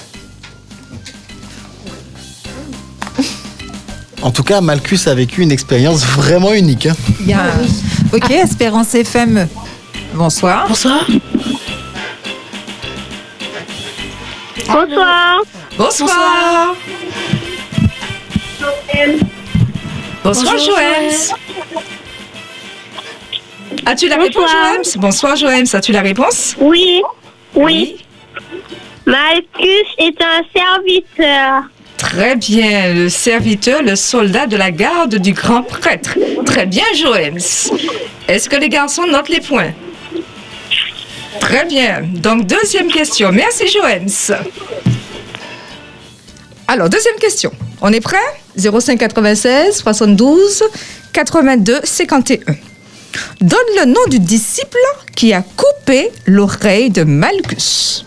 En tout cas, Malchus a vécu une expérience vraiment unique. Hein. Bien. Ok, Espérance F M. Bonsoir. Bonsoir. Bonsoir. Bonsoir. Bonsoir, Joëms. As-tu la réponse, Joëms? Bonsoir, Joëms. As-tu la réponse? Oui. Oui. Malchus est un serviteur. Très bien, le serviteur, le soldat de la garde du grand prêtre. Très bien, Joëms. Est-ce que les garçons notent les points? Très bien. Donc, deuxième question. Merci, Joëms. Alors, deuxième question. On est prêt? zéro cinq quatre-vingt-seize soixante-douze quatre-vingt-deux cinquante et un. Donne le nom du disciple qui a coupé l'oreille de Malchus.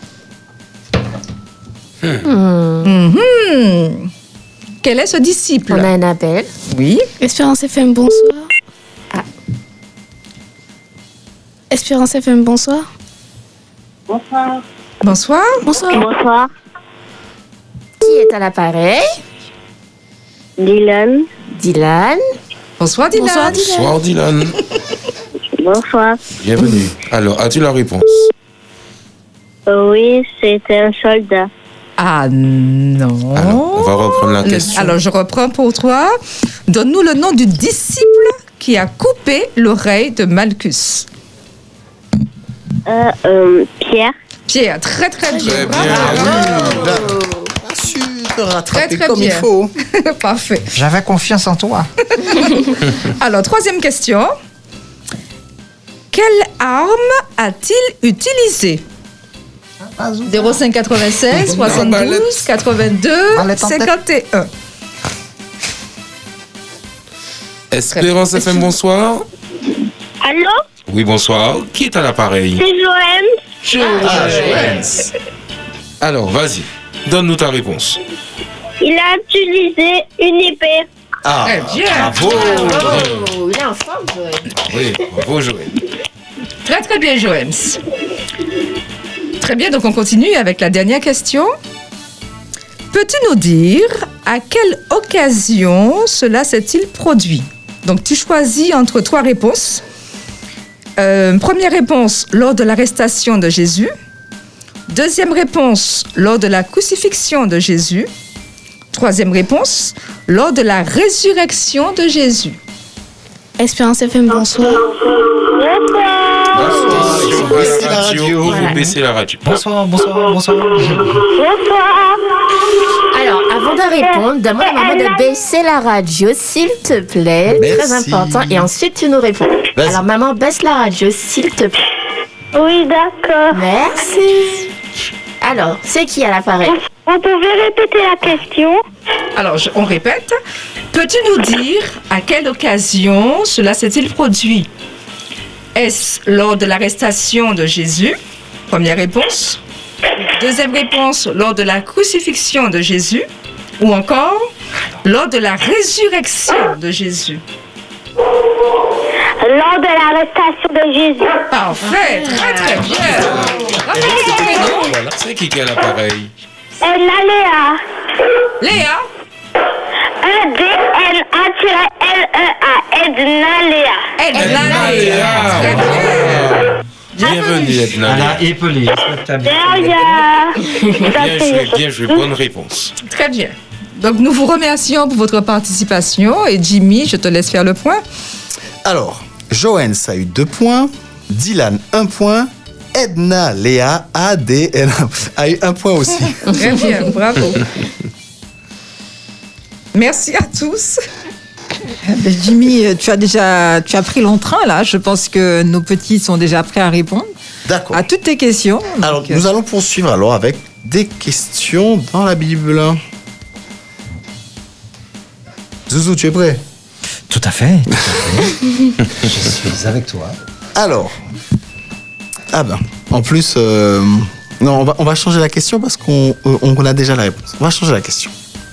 Hmm. Mm-hmm. Quel est ce disciple? On a un appel. Oui. Espérance F M, bonsoir. Ah. Espérance F M, bonsoir. Bonsoir. Bonsoir. Bonsoir. Bonsoir. Qui est à l'appareil? Dylan. Dylan. Bonsoir Dylan. Bonsoir Dylan. Bonsoir Dylan. Bonsoir. Bienvenue. Alors, as-tu la réponse? Oui, c'était un soldat. Ah non. Alors, on va reprendre la question. Alors, je reprends pour toi. Donne-nous le nom du disciple qui a coupé l'oreille de Malchus. Euh, euh, Pierre. Pierre, très très bien. Très bien. Bravo. T'as su te rattraper Très, très comme bien. il faut. Parfait. J'avais confiance en toi. Alors, troisième question. Quelle arme a-t-il utilisé? zéro cinq quatre-vingt-seize, soixante-douze, quatre-vingt-deux, cinquante et un. Espérance F M, bonsoir. Allô? Oui, bonsoir. Qui est à l'appareil? C'est Joël. Ah, Joël. Alors, vas-y. Donne-nous ta réponse. Il a utilisé une épée. Ah, Très bien. bravo. Oh, il est en forme, Joël. Oui, bravo, Joël. Très très bien, Joël. Très bien, donc on continue avec la dernière question. Peux-tu nous dire à quelle occasion cela s'est-il produit? Donc tu choisis entre trois réponses. Euh, première réponse, lors de l'arrestation de Jésus. Deuxième réponse, lors de la crucifixion de Jésus. Troisième réponse, lors de la résurrection de Jésus. Espérance F M, bonsoir. Bonsoir. il faut Sur baisser la la radio, radio. il faut baisser la radio. Bonsoir, bonsoir, bonsoir. Bonsoir. Alors, avant de répondre, demande à maman de baisser la radio, s'il te plaît. Très Merci. important. Et ensuite, tu nous réponds. Vas-y. Alors, maman, baisse la radio, s'il te plaît. Oui, d'accord. Merci. Alors, c'est qui à l'appareil? Vous pouvez répéter la question? Alors, je- on répète. Peux-tu nous dire à quelle occasion cela s'est-il produit? Est-ce lors de l'arrestation de Jésus? Première réponse. Deuxième réponse, lors de la crucifixion de Jésus? Ou encore, lors de la résurrection de Jésus? Lors de l'arrestation de Jésus. Parfait, très très bien. Rappelle ton prénom. Voilà, c'est qui qui est à l'appareil? Edna Léa. Léa. E D N A L E A. Edna Léa. Edna Léa. Très bien. Bienvenue, Edna. Anna épelée. Derrière. Bien joué, bien joué. Bonne réponse. Très bien. Donc, nous vous remercions pour votre participation. Et Jimmy, je te laisse faire le point. Alors, Joël a eu deux points, Dylan un point, Edna Léa A D N a eu un point aussi. Très bien, bravo. Merci à tous. Ben, Jimmy, tu as déjà tu as pris l'entrain là. Je pense que nos petits sont déjà prêts à répondre D'accord. à toutes tes questions. Alors, Donc, nous allons poursuivre alors avec des questions dans la Bible. Zouzou, tu es prêt? Tout à fait, tout à fait. Je suis avec toi. Alors, ah ben, en plus, euh, non, on va, on va changer la question parce qu'on euh, on a déjà la réponse. On va changer la question.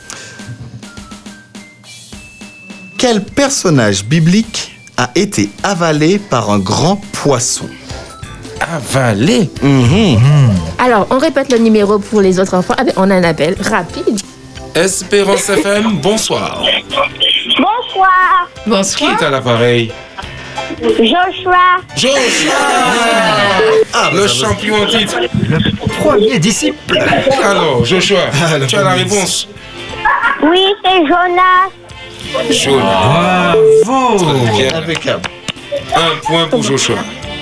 Quel personnage biblique a été avalé par un grand poisson? Avalé. Mhm. Alors, on répète le numéro pour les autres enfants. Ah ben, on a un appel rapide. Espérance F M, bonsoir. Bonsoir. Qui Bonsoir. est à l'appareil? Joshua. Joshua. Ah, Le bah, champion en titre. Premier disciple. Alors, Joshua, le tu as la premier. réponse? Oui, c'est Jonas. Jonas. Bravo. Très bien. impeccable. Un point pour Joshua.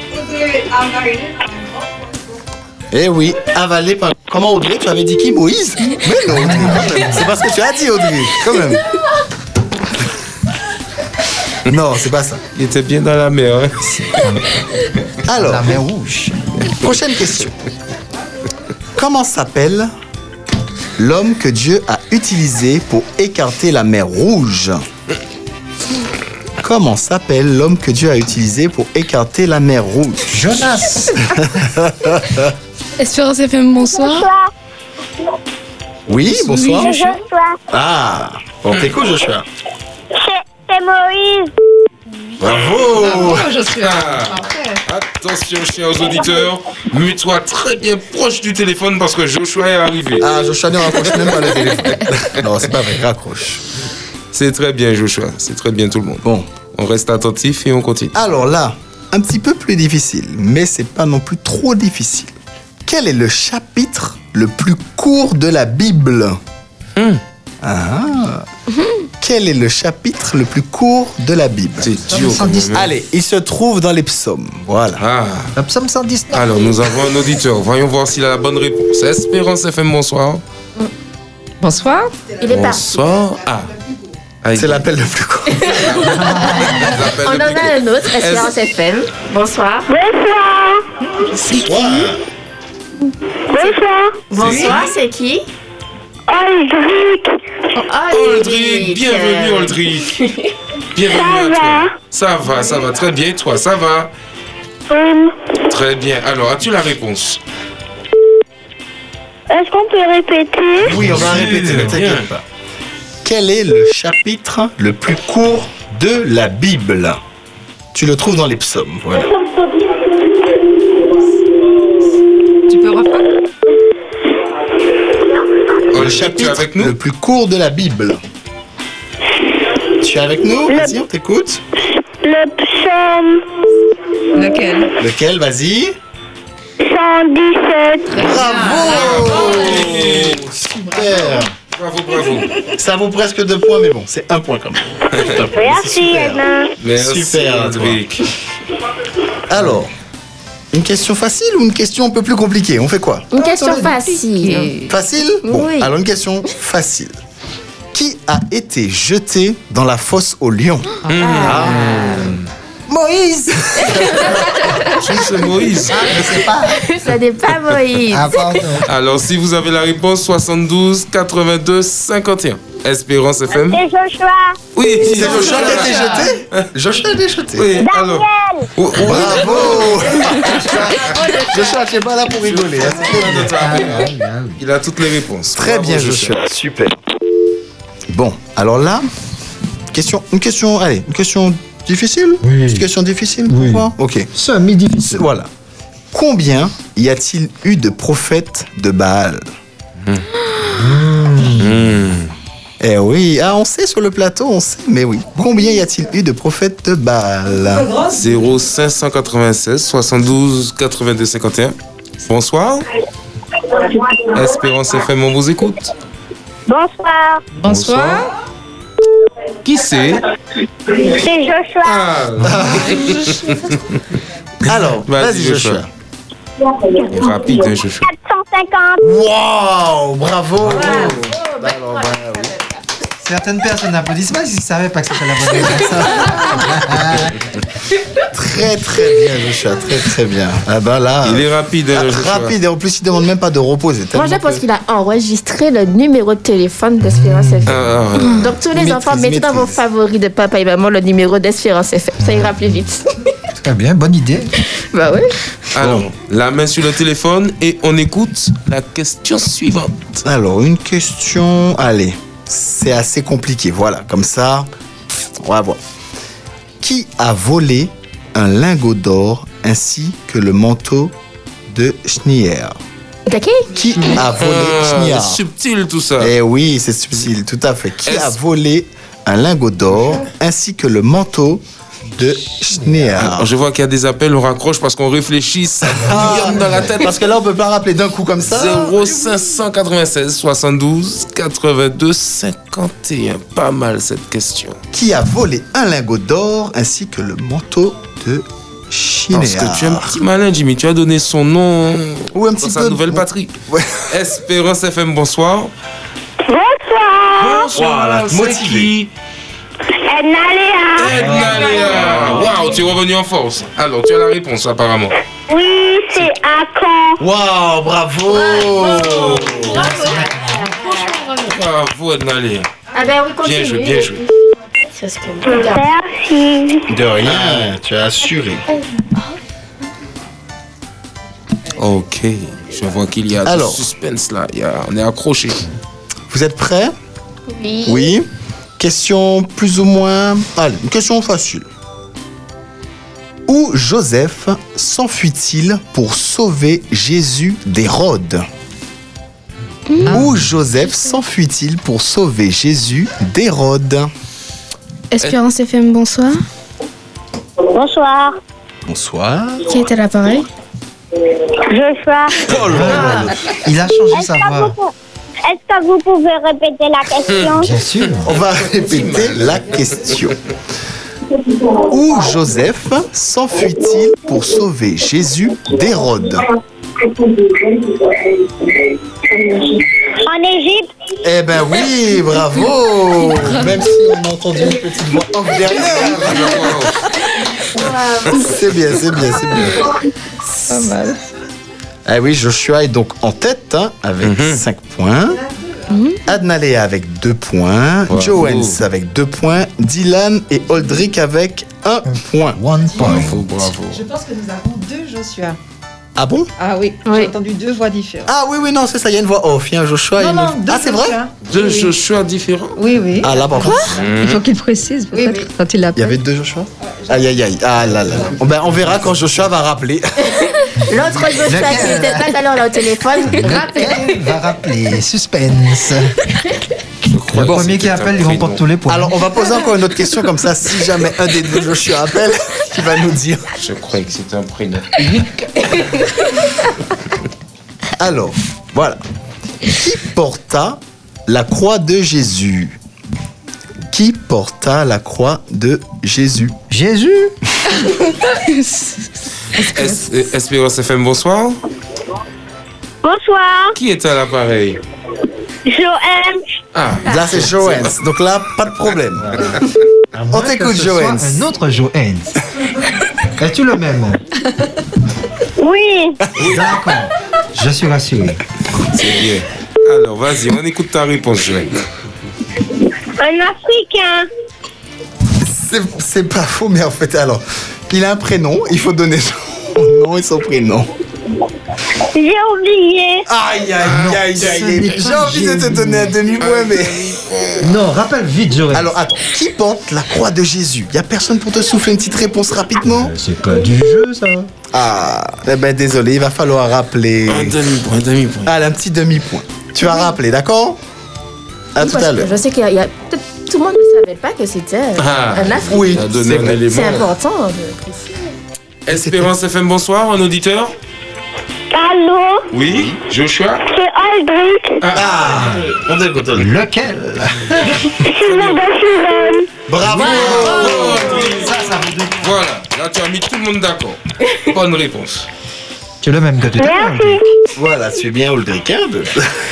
Eh oui, avalé par... Comment Audrey, tu avais dit qui, Moïse? Mais non, Audrey, quand même. C'est parce que tu as dit, Audrey, quand même. Non, c'est pas ça. Il était bien dans la mer. Hein? Alors, La mer rouge. prochaine question. Comment s'appelle l'homme que Dieu a utilisé pour écarter la mer Rouge? Comment s'appelle l'homme que Dieu a utilisé pour écarter la mer Rouge? Jonas. Espérance F M, bonsoir. Bonsoir. Oui, bonsoir. C'est Joshua. Ah, on t'écoute, Joshua. C'est c'est Moïse. Bravo. Bravo, Joshua. Ah, attention, chers auditeurs, mets-toi très bien proche du téléphone parce que Joshua est arrivé. Ah, Joshua ne raccroche même pas le téléphone. Non, c'est pas vrai, raccroche. C'est très bien, Joshua. C'est très bien, tout le monde. Bon. On reste attentif et on continue. Alors là, un petit peu plus difficile, mais c'est pas non plus trop difficile. Quel est le chapitre le plus court de la Bible? Hum. Ah. Quel est le chapitre le plus court de la Bible? C'est dur. Allez, il se trouve dans les psaumes. Voilà. Ah. Le psaume cent dix-neuf. Alors, nous avons un auditeur. Voyons voir s'il a la bonne réponse. Espérance F M, bonsoir. Bonsoir. Il est parti. Bonsoir. Ah. Ah, C'est l'appel le plus court. On en a un autre, Espérance F M. Bonsoir. Bonsoir. C'est qui? Bonsoir. Bonsoir, c'est qui? Aldric. Aldric, bienvenue Aldric. Bienvenue à toi. Ça va, ça va très bien. Et toi, ça va? Hum. Très bien. Alors, as-tu la réponse? Est-ce qu'on peut répéter? Oui, on va répéter, ne t'inquiète pas. Quel est le chapitre le plus court de la Bible? Tu le trouves dans les psaumes, voilà. Tu peux reprendre? Le chapitre le plus court de la Bible. Tu es avec nous? Vas-y, on t'écoute. Le psaume Lequel? Lequel? Vas-y. cent dix-sept. Bravo! Super! Bravo, bravo. Ça vaut presque deux points, mais bon, c'est un point quand même. Merci, Edna. Merci, Super, Aldric. Alors, une question facile ou une question un peu plus compliquée? On fait quoi? Une question facile. Facile? Bon, Oui. alors une question facile. Qui a été jeté dans la fosse aux lions? Ah. Moïse. C'est Moïse. Ah, je sais pas. Ça n'est pas Moïse. Ah, pardon. Alors, si vous avez la réponse, soixante-douze, quatre-vingt-deux, cinquante et un. Espérance F M. C'est Joshua. Oui, C'est Joshua qui a été jeté? Joshua a été jeté. Oui, alors. Daniel. Oh, oh, Bravo! Joshua, tu n'es pas là pour rigoler. hein, c'est très bien. Il a toutes les réponses. Très Bravo, bien, Joshua. Super. Bon, alors là, question, une question, allez, une question difficile? Oui. Une question difficile Oui. pour moi? Ok. Semi-difficile. Voilà. Combien y a-t-il eu de prophètes de Baal? Mmh. Eh oui, ah, on sait sur le plateau, on sait, mais oui. Combien y a-t-il eu de prophètes de Baal? zéro cinq cent quatre-vingt-seize, soixante-douze, quatre-vingt-deux, cinquante et un. Bonsoir. Espérance F M, on vous écoute. Bonsoir. Bonsoir. Qui c'est? C'est Joshua. Ah. Alors, Vas-y, vas-y, Joshua. Rapide, hein, Joshua. quatre cent cinquante. Waouh, bravo. Alors, bah, oui. Certaines personnes n'applaudissent pas s'ils ne savaient pas que c'était la bonne réponse. Très très bien, Joshua, très très bien. Ah ben là, Il est rapide, hein, ah, Joshua. rapide et en plus il demande même pas de reposer. Moi, tellement je pense que- qu'il a enregistré le numéro de téléphone d'Espérance F M. Ah, ah, Donc, tous les Maîtrise, enfants, mettez dans vos maîtrise. favoris de papa et maman le numéro d'Espérance F M. Ça ira plus vite. Très bien, bonne idée. Bah oui. Alors, la main sur le téléphone et on écoute la question suivante. Alors une question, allez, c'est assez compliqué. Voilà, comme ça, on va voir. Qui a volé un lingot d'or ainsi que le manteau de Schneer? D'accord. Qui a volé Ah, Schneer? subtil tout ça. Eh oui, c'est subtil, tout à fait. Qui a Est-ce- volé un lingot d'or ainsi que le manteau de Schneer? Alors, je vois qu'il y a des appels, on raccroche parce qu'on réfléchit, ça bouillonne dans la tête. Parce que là, on peut pas rappeler d'un coup comme ça. zéro cinq cent quatre-vingt-seize, soixante-douze, quatre-vingt-deux, cinquante et un. Pas mal cette question. Qui a volé un lingot d'or ainsi que le manteau de Schneer? Parce que tu es un petit malin, Jimmy. Tu as donné son nom Ou un dans petit sa peu. nouvelle patrie. Ouais. Espérance F M, bonsoir. Bonsoir. Bonsoir, Voilà, c'est motivé. qui? Edna Léa. Edna Léa. Waouh, tu es revenu en force. Alors, tu as la réponse apparemment. Oui, c'est à Caen. Waouh, bravo! Bravo, Edna Léa. Ah ben oui, continue. Bien joué, bien joué. C'est ce que- Regarde. Merci. De rien, tu as assuré. Ok, je vois qu'il y a Alors. du suspense là. Il y a- on est accroché. Vous êtes prêts? Oui. Oui. Question plus ou moins... Allez, une question facile. Où Joseph s'enfuit-il pour sauver Jésus d'Hérode? Où Joseph s'enfuit-il pour sauver Jésus d'Hérode? Espérance F M, bonsoir. Bonsoir. Bonsoir. Qui est à l'appareil? Joshua. Oh là là. Il a changé Est-ce sa que, vous, voix. pou- est-ce que vous pouvez répéter la question? Bien sûr. On va répéter la question. Où Joseph s'enfuit-il pour sauver Jésus d'Hérode? En Égypte. Eh ben oui, bravo. Même si on a entendu une petite voix off derrière. C'est bien, c'est bien, c'est bien. Pas mal. Ah oui, Joshua est donc en tête hein, avec Mhm. cinq points. Adnalea avec deux points. Bravo. Joens avec deux points. Dylan et Oldrick avec un point. One point. Bravo, bravo. Je pense que nous avons deux Joshua. Ah bon? Ah oui, Oui. j'ai entendu deux voix différentes. Ah oui, oui, non, c'est ça, il y a une voix off. Il y a un Joshua et non, une... non, deux Ah, c'est vrai? Joshua. Deux Oui, oui. Joshua différents. Oui, oui. Ah là, pardon. Il faut qu'il précise Oui, peut-être oui. quand il Il y l'appelle. avait deux Joshua? Aïe, aïe, aïe. Ah là là. là. Bon, ben, on verra quand Joshua va rappeler. L'autre Joshua Lequel qui était pas tout à l'heure là au téléphone, rappelez. Elle va rappeler. Suspense. Je crois Le que premier qui c'était un appelle, il prénom. remporte tous les points. Alors, on va poser encore une autre question, comme ça, si jamais un des deux Joshua appelle, il va nous dire. Je croyais que c'était un prénom. Alors, voilà. Qui porta la croix de Jésus? Qui porta la croix de Jésus? Jésus. Es- euh, Espérance F M, bonsoir. Bonsoir. Qui est à l'appareil? Joël. Ah, Là, c'est Joens. Donc là, pas de problème. À moins t'écoute, que ce soit Joens. Un autre Joens. Es-tu le même? Oui. D'accord. Je suis rassuré. c'est bien. Alors, vas-y, on écoute ta réponse, Joël. Un Africain. C'est, c'est pas faux, mais en fait, alors, il a un prénom, il faut donner son nom et son prénom. J'ai oublié. Aïe, aïe, aïe, ce aïe, n'est aïe. pas J'ai envie de te donner un demi-point, mais. Non, rappelle vite, Joël. Alors, attends, qui porte la croix de Jésus? Y a personne pour te souffler une petite réponse rapidement? Euh, C'est pas du jeu, ça. Ah, eh ben désolé, il va falloir rappeler. Un demi-point, un demi-point. Allez, un petit demi-point. Tu vas rappeler, d'accord? À tout Parce à que l'heure. je sais qu'il y a, il y a- peut-être tout le monde ne savait pas que c'était Ah. un Africain. Oui, On a donné c'est un vrai. élément. C'est important de préciser. Espérance F M, bonsoir, un auditeur? Allô. Oui, Joshua? C'est Aldrich. Ah, on t'écoute. Lequel? C'est mon Bachirane. Bravo! Ça, ça vous dit. Voilà, là tu as mis tout le monde d'accord. Bonne réponse. Tu es le même que tout à l'heure. Merci. Voilà, tu es bien Ulrich. hein, de-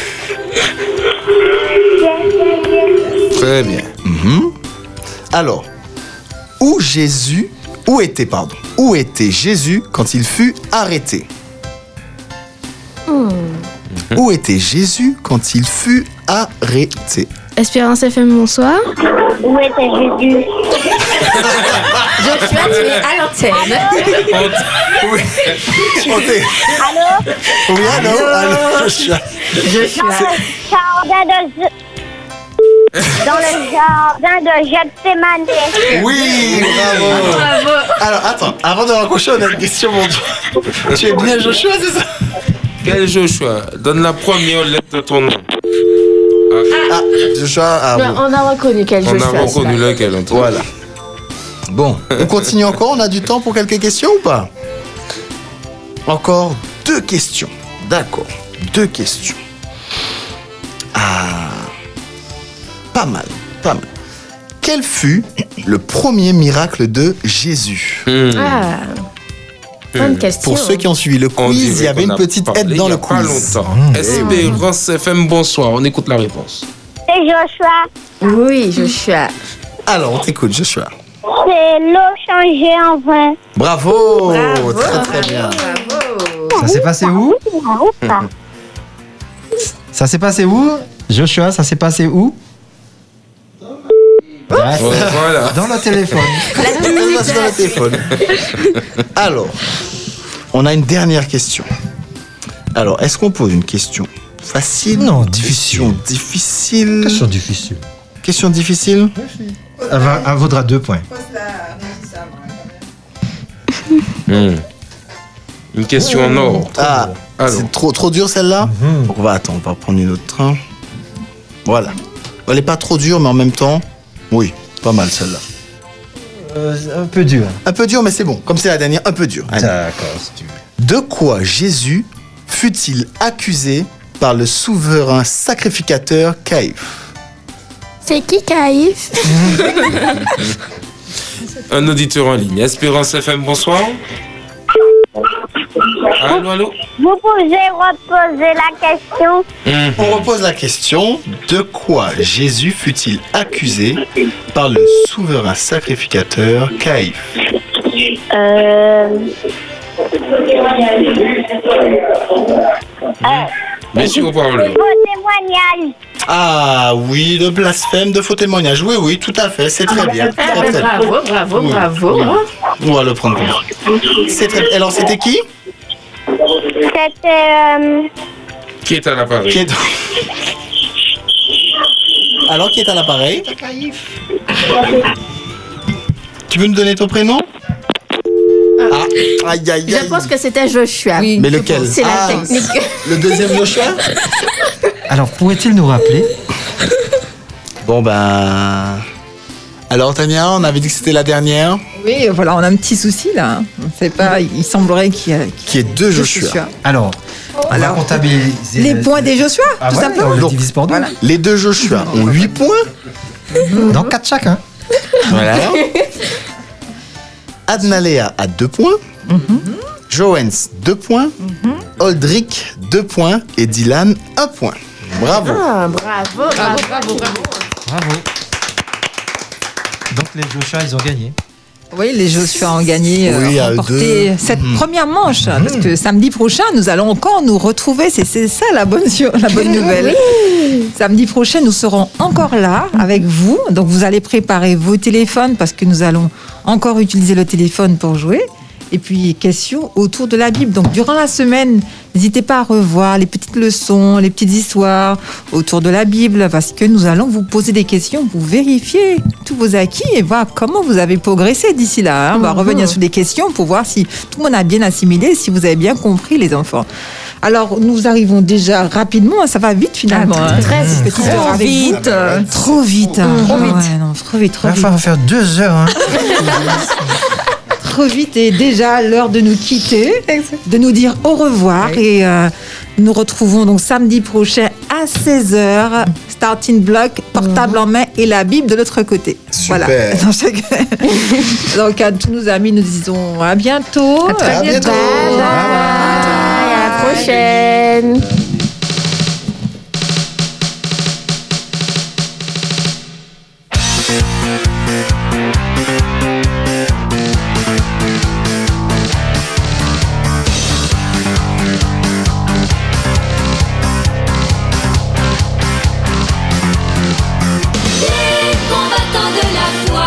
Très bien. Alors, où Jésus, où était, pardon, où était Jésus quand il fut arrêté? Où était Jésus quand il fut arrêté? Espérance F M, bonsoir. Où était Jésus? Joshua, tu es à l'antenne. Oui. On t'est- Allô? Oui, allô, allô, Joshua. Joshua. Jardin de... Dans le jardin de Gethsémane. Oui, bravo. Alors, attends, avant de raccrocher, on a une question pour toi. Tu es bien Joshua, c'est ça? Quel Joshua? Donne la première lettre de ton nom. Ah, Joshua, ah Non, bon. on a reconnu quel On a Joshua. reconnu c'est lequel en tout cas. Voilà. Bon, on continue encore, on a du temps pour quelques questions ou pas? Encore deux questions. D'accord, deux questions. Ah, pas mal, pas mal. Quel fut le premier miracle de Jésus? Hmm. Ah, bonne question. Pour ceux qui ont suivi le On quiz, dirait il y avait qu'on une a petite parlé aide il dans y le a pas quiz. longtemps. Espérance F M, bonsoir. On écoute la réponse. C'est Joshua. Oui, Joshua. Alors, on t'écoute, Joshua. C'est l'eau changée en vin. Bravo, très très bien. Ça s'est passé où? Ça s'est passé où? Joshua, ça s'est passé où? Ah, Voilà. dans le téléphone. Sur le téléphone. Alors, on a une dernière question. Alors, est-ce qu'on pose une question facile? Non, Question difficile. Question difficile. Question difficile. Elle, va- elle vaudra deux points. Hmm. Une question en or. Ah, Alors. c'est trop, trop dur celle-là. Donc, on va attendre, on va prendre une autre. hein. Voilà. Elle n'est pas trop dure, mais en même temps, oui, pas mal celle-là. Euh, un peu dur. Un peu dur, mais c'est bon. Comme c'est la dernière, un peu dur. Allez. D'accord, si tu veux. De quoi Jésus fut-il accusé par le souverain sacrificateur Caïphe? C'est qui Caïphe? Un auditeur en ligne. Espérance F M, bonsoir. Allô, allô. Vous pouvez reposer la question? Mmh. On repose la question. De quoi Jésus fut-il accusé par le souverain sacrificateur Caïphe? Euh... Monsieur au parleur. Faux témoignage. Ah oui, de blasphème, de faux témoignage. Oui, oui, tout à fait. C'est très bien. Très, très bien. Bravo, bravo, Oui, bravo. oui. On va le prendre. C'est très... Alors, c'était qui? C'était... Euh... Qui est à l'appareil? Qui est... Alors, qui est à l'appareil? Tu peux nous donner ton prénom? Ah, aïe, aïe, aïe. Je pense que c'était Joshua. Oui. Mais lequel? C'est Ah, la technique. Le deuxième Joshua? Alors, pourrait-il nous rappeler? Bon, ben... Alors, Tania, on avait dit que c'était la dernière. Oui, voilà, on a un petit souci là. On sait pas, il semblerait qu'il y a Qui est deux Joshua. Alors, on va Alors, comptabiliser... les points des Joshua, Ah tout ouais, simplement. on le Donc, divise par deux. Voilà. Les deux Joshua ont huit points. Donc, quatre chacun. Voilà. Adnalea a deux points. Joens, deux points. Aldric, deux points. Et Dylan, un point. Bravo. Ah, bravo, bravo, bravo, bravo. Bravo. Donc, les Joshua, ils ont gagné. Oui, les Joshua ont gagné, euh, Oui, à remporté deux. cette première manche. hein, Parce que samedi prochain, nous allons encore nous retrouver. C'est c'est ça la bonne, la bonne nouvelle. Samedi prochain, nous serons encore là avec vous. Donc, vous allez préparer vos téléphones parce que nous allons encore utiliser le téléphone pour jouer. Et puis, questions autour de la Bible. Donc, durant la semaine, n'hésitez pas à revoir les petites leçons, les petites histoires autour de la Bible, parce que nous allons vous poser des questions pour vérifier tous vos acquis et voir comment vous avez progressé d'ici là. hein. On va revenir sur des questions pour voir si tout le monde a bien assimilé, si vous avez bien compris, les enfants. Alors, nous arrivons déjà rapidement, ça va vite finalement. Ah, hein. très, Cette petite très heure avec vous. vite. Euh, Trop vite. hein. Trop Ah vite. ouais, non, trop vite, trop Il va vite. falloir faire deux heures. Hein. Trop vite et déjà l'heure de nous quitter, de nous dire au revoir et euh, nous retrouvons donc samedi prochain à seize heures, starting block, portable en main et la Bible de l'autre côté. Super. Voilà. Dans chaque- donc à tous nos amis, nous disons à bientôt. À très À bientôt. bientôt. Bye bye. À la prochaine. Les combattants de la foi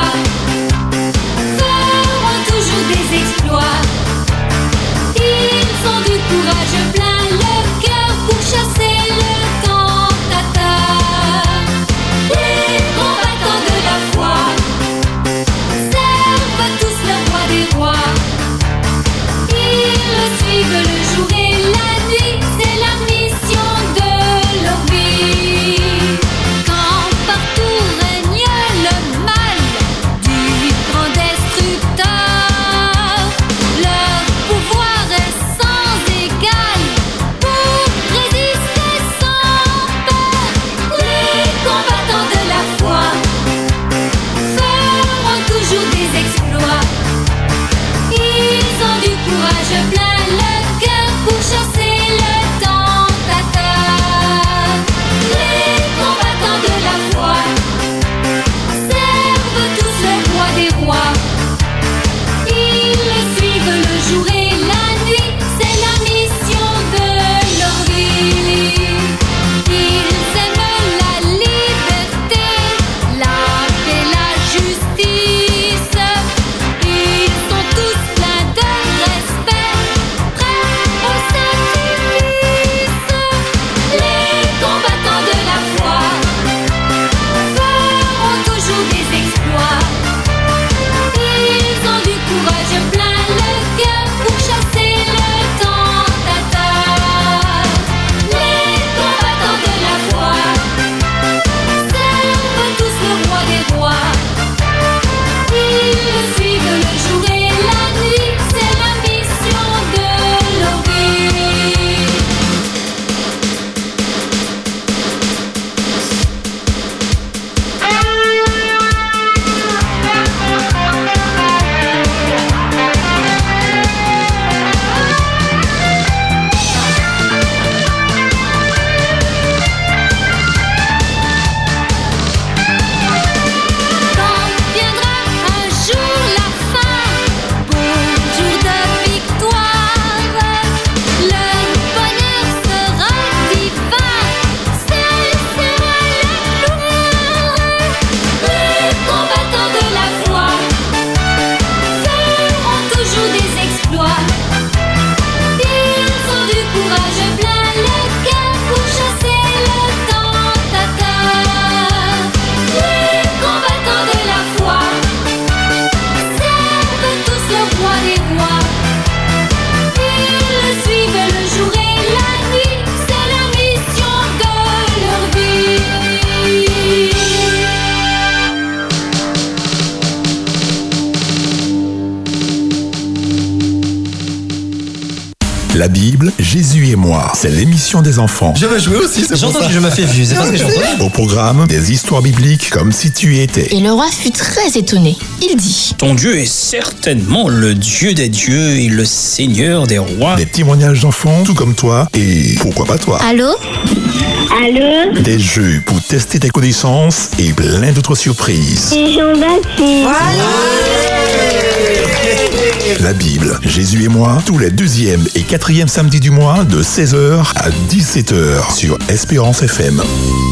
feront toujours des exploits. Ils ont du courage plein le cœur. La Bible, Jésus et moi, c'est l'émission des enfants. Je veux jouer aussi, c'est J'entends que je me fais vieux, c'est pas ce que j'entends. Au programme, des histoires bibliques comme si tu y étais. Et le roi fut très étonné. Il dit: Ton Dieu est certainement le Dieu des dieux et le Seigneur des rois. Des témoignages d'enfants, tout comme toi, et pourquoi pas toi. Allô? Allô? Des jeux pour tester tes connaissances et plein d'autres surprises. C'est Jean-Baptiste. La Bible, Jésus et moi, tous les deuxième et quatrième samedis du mois de seize heures à dix-sept heures sur Espérance F M.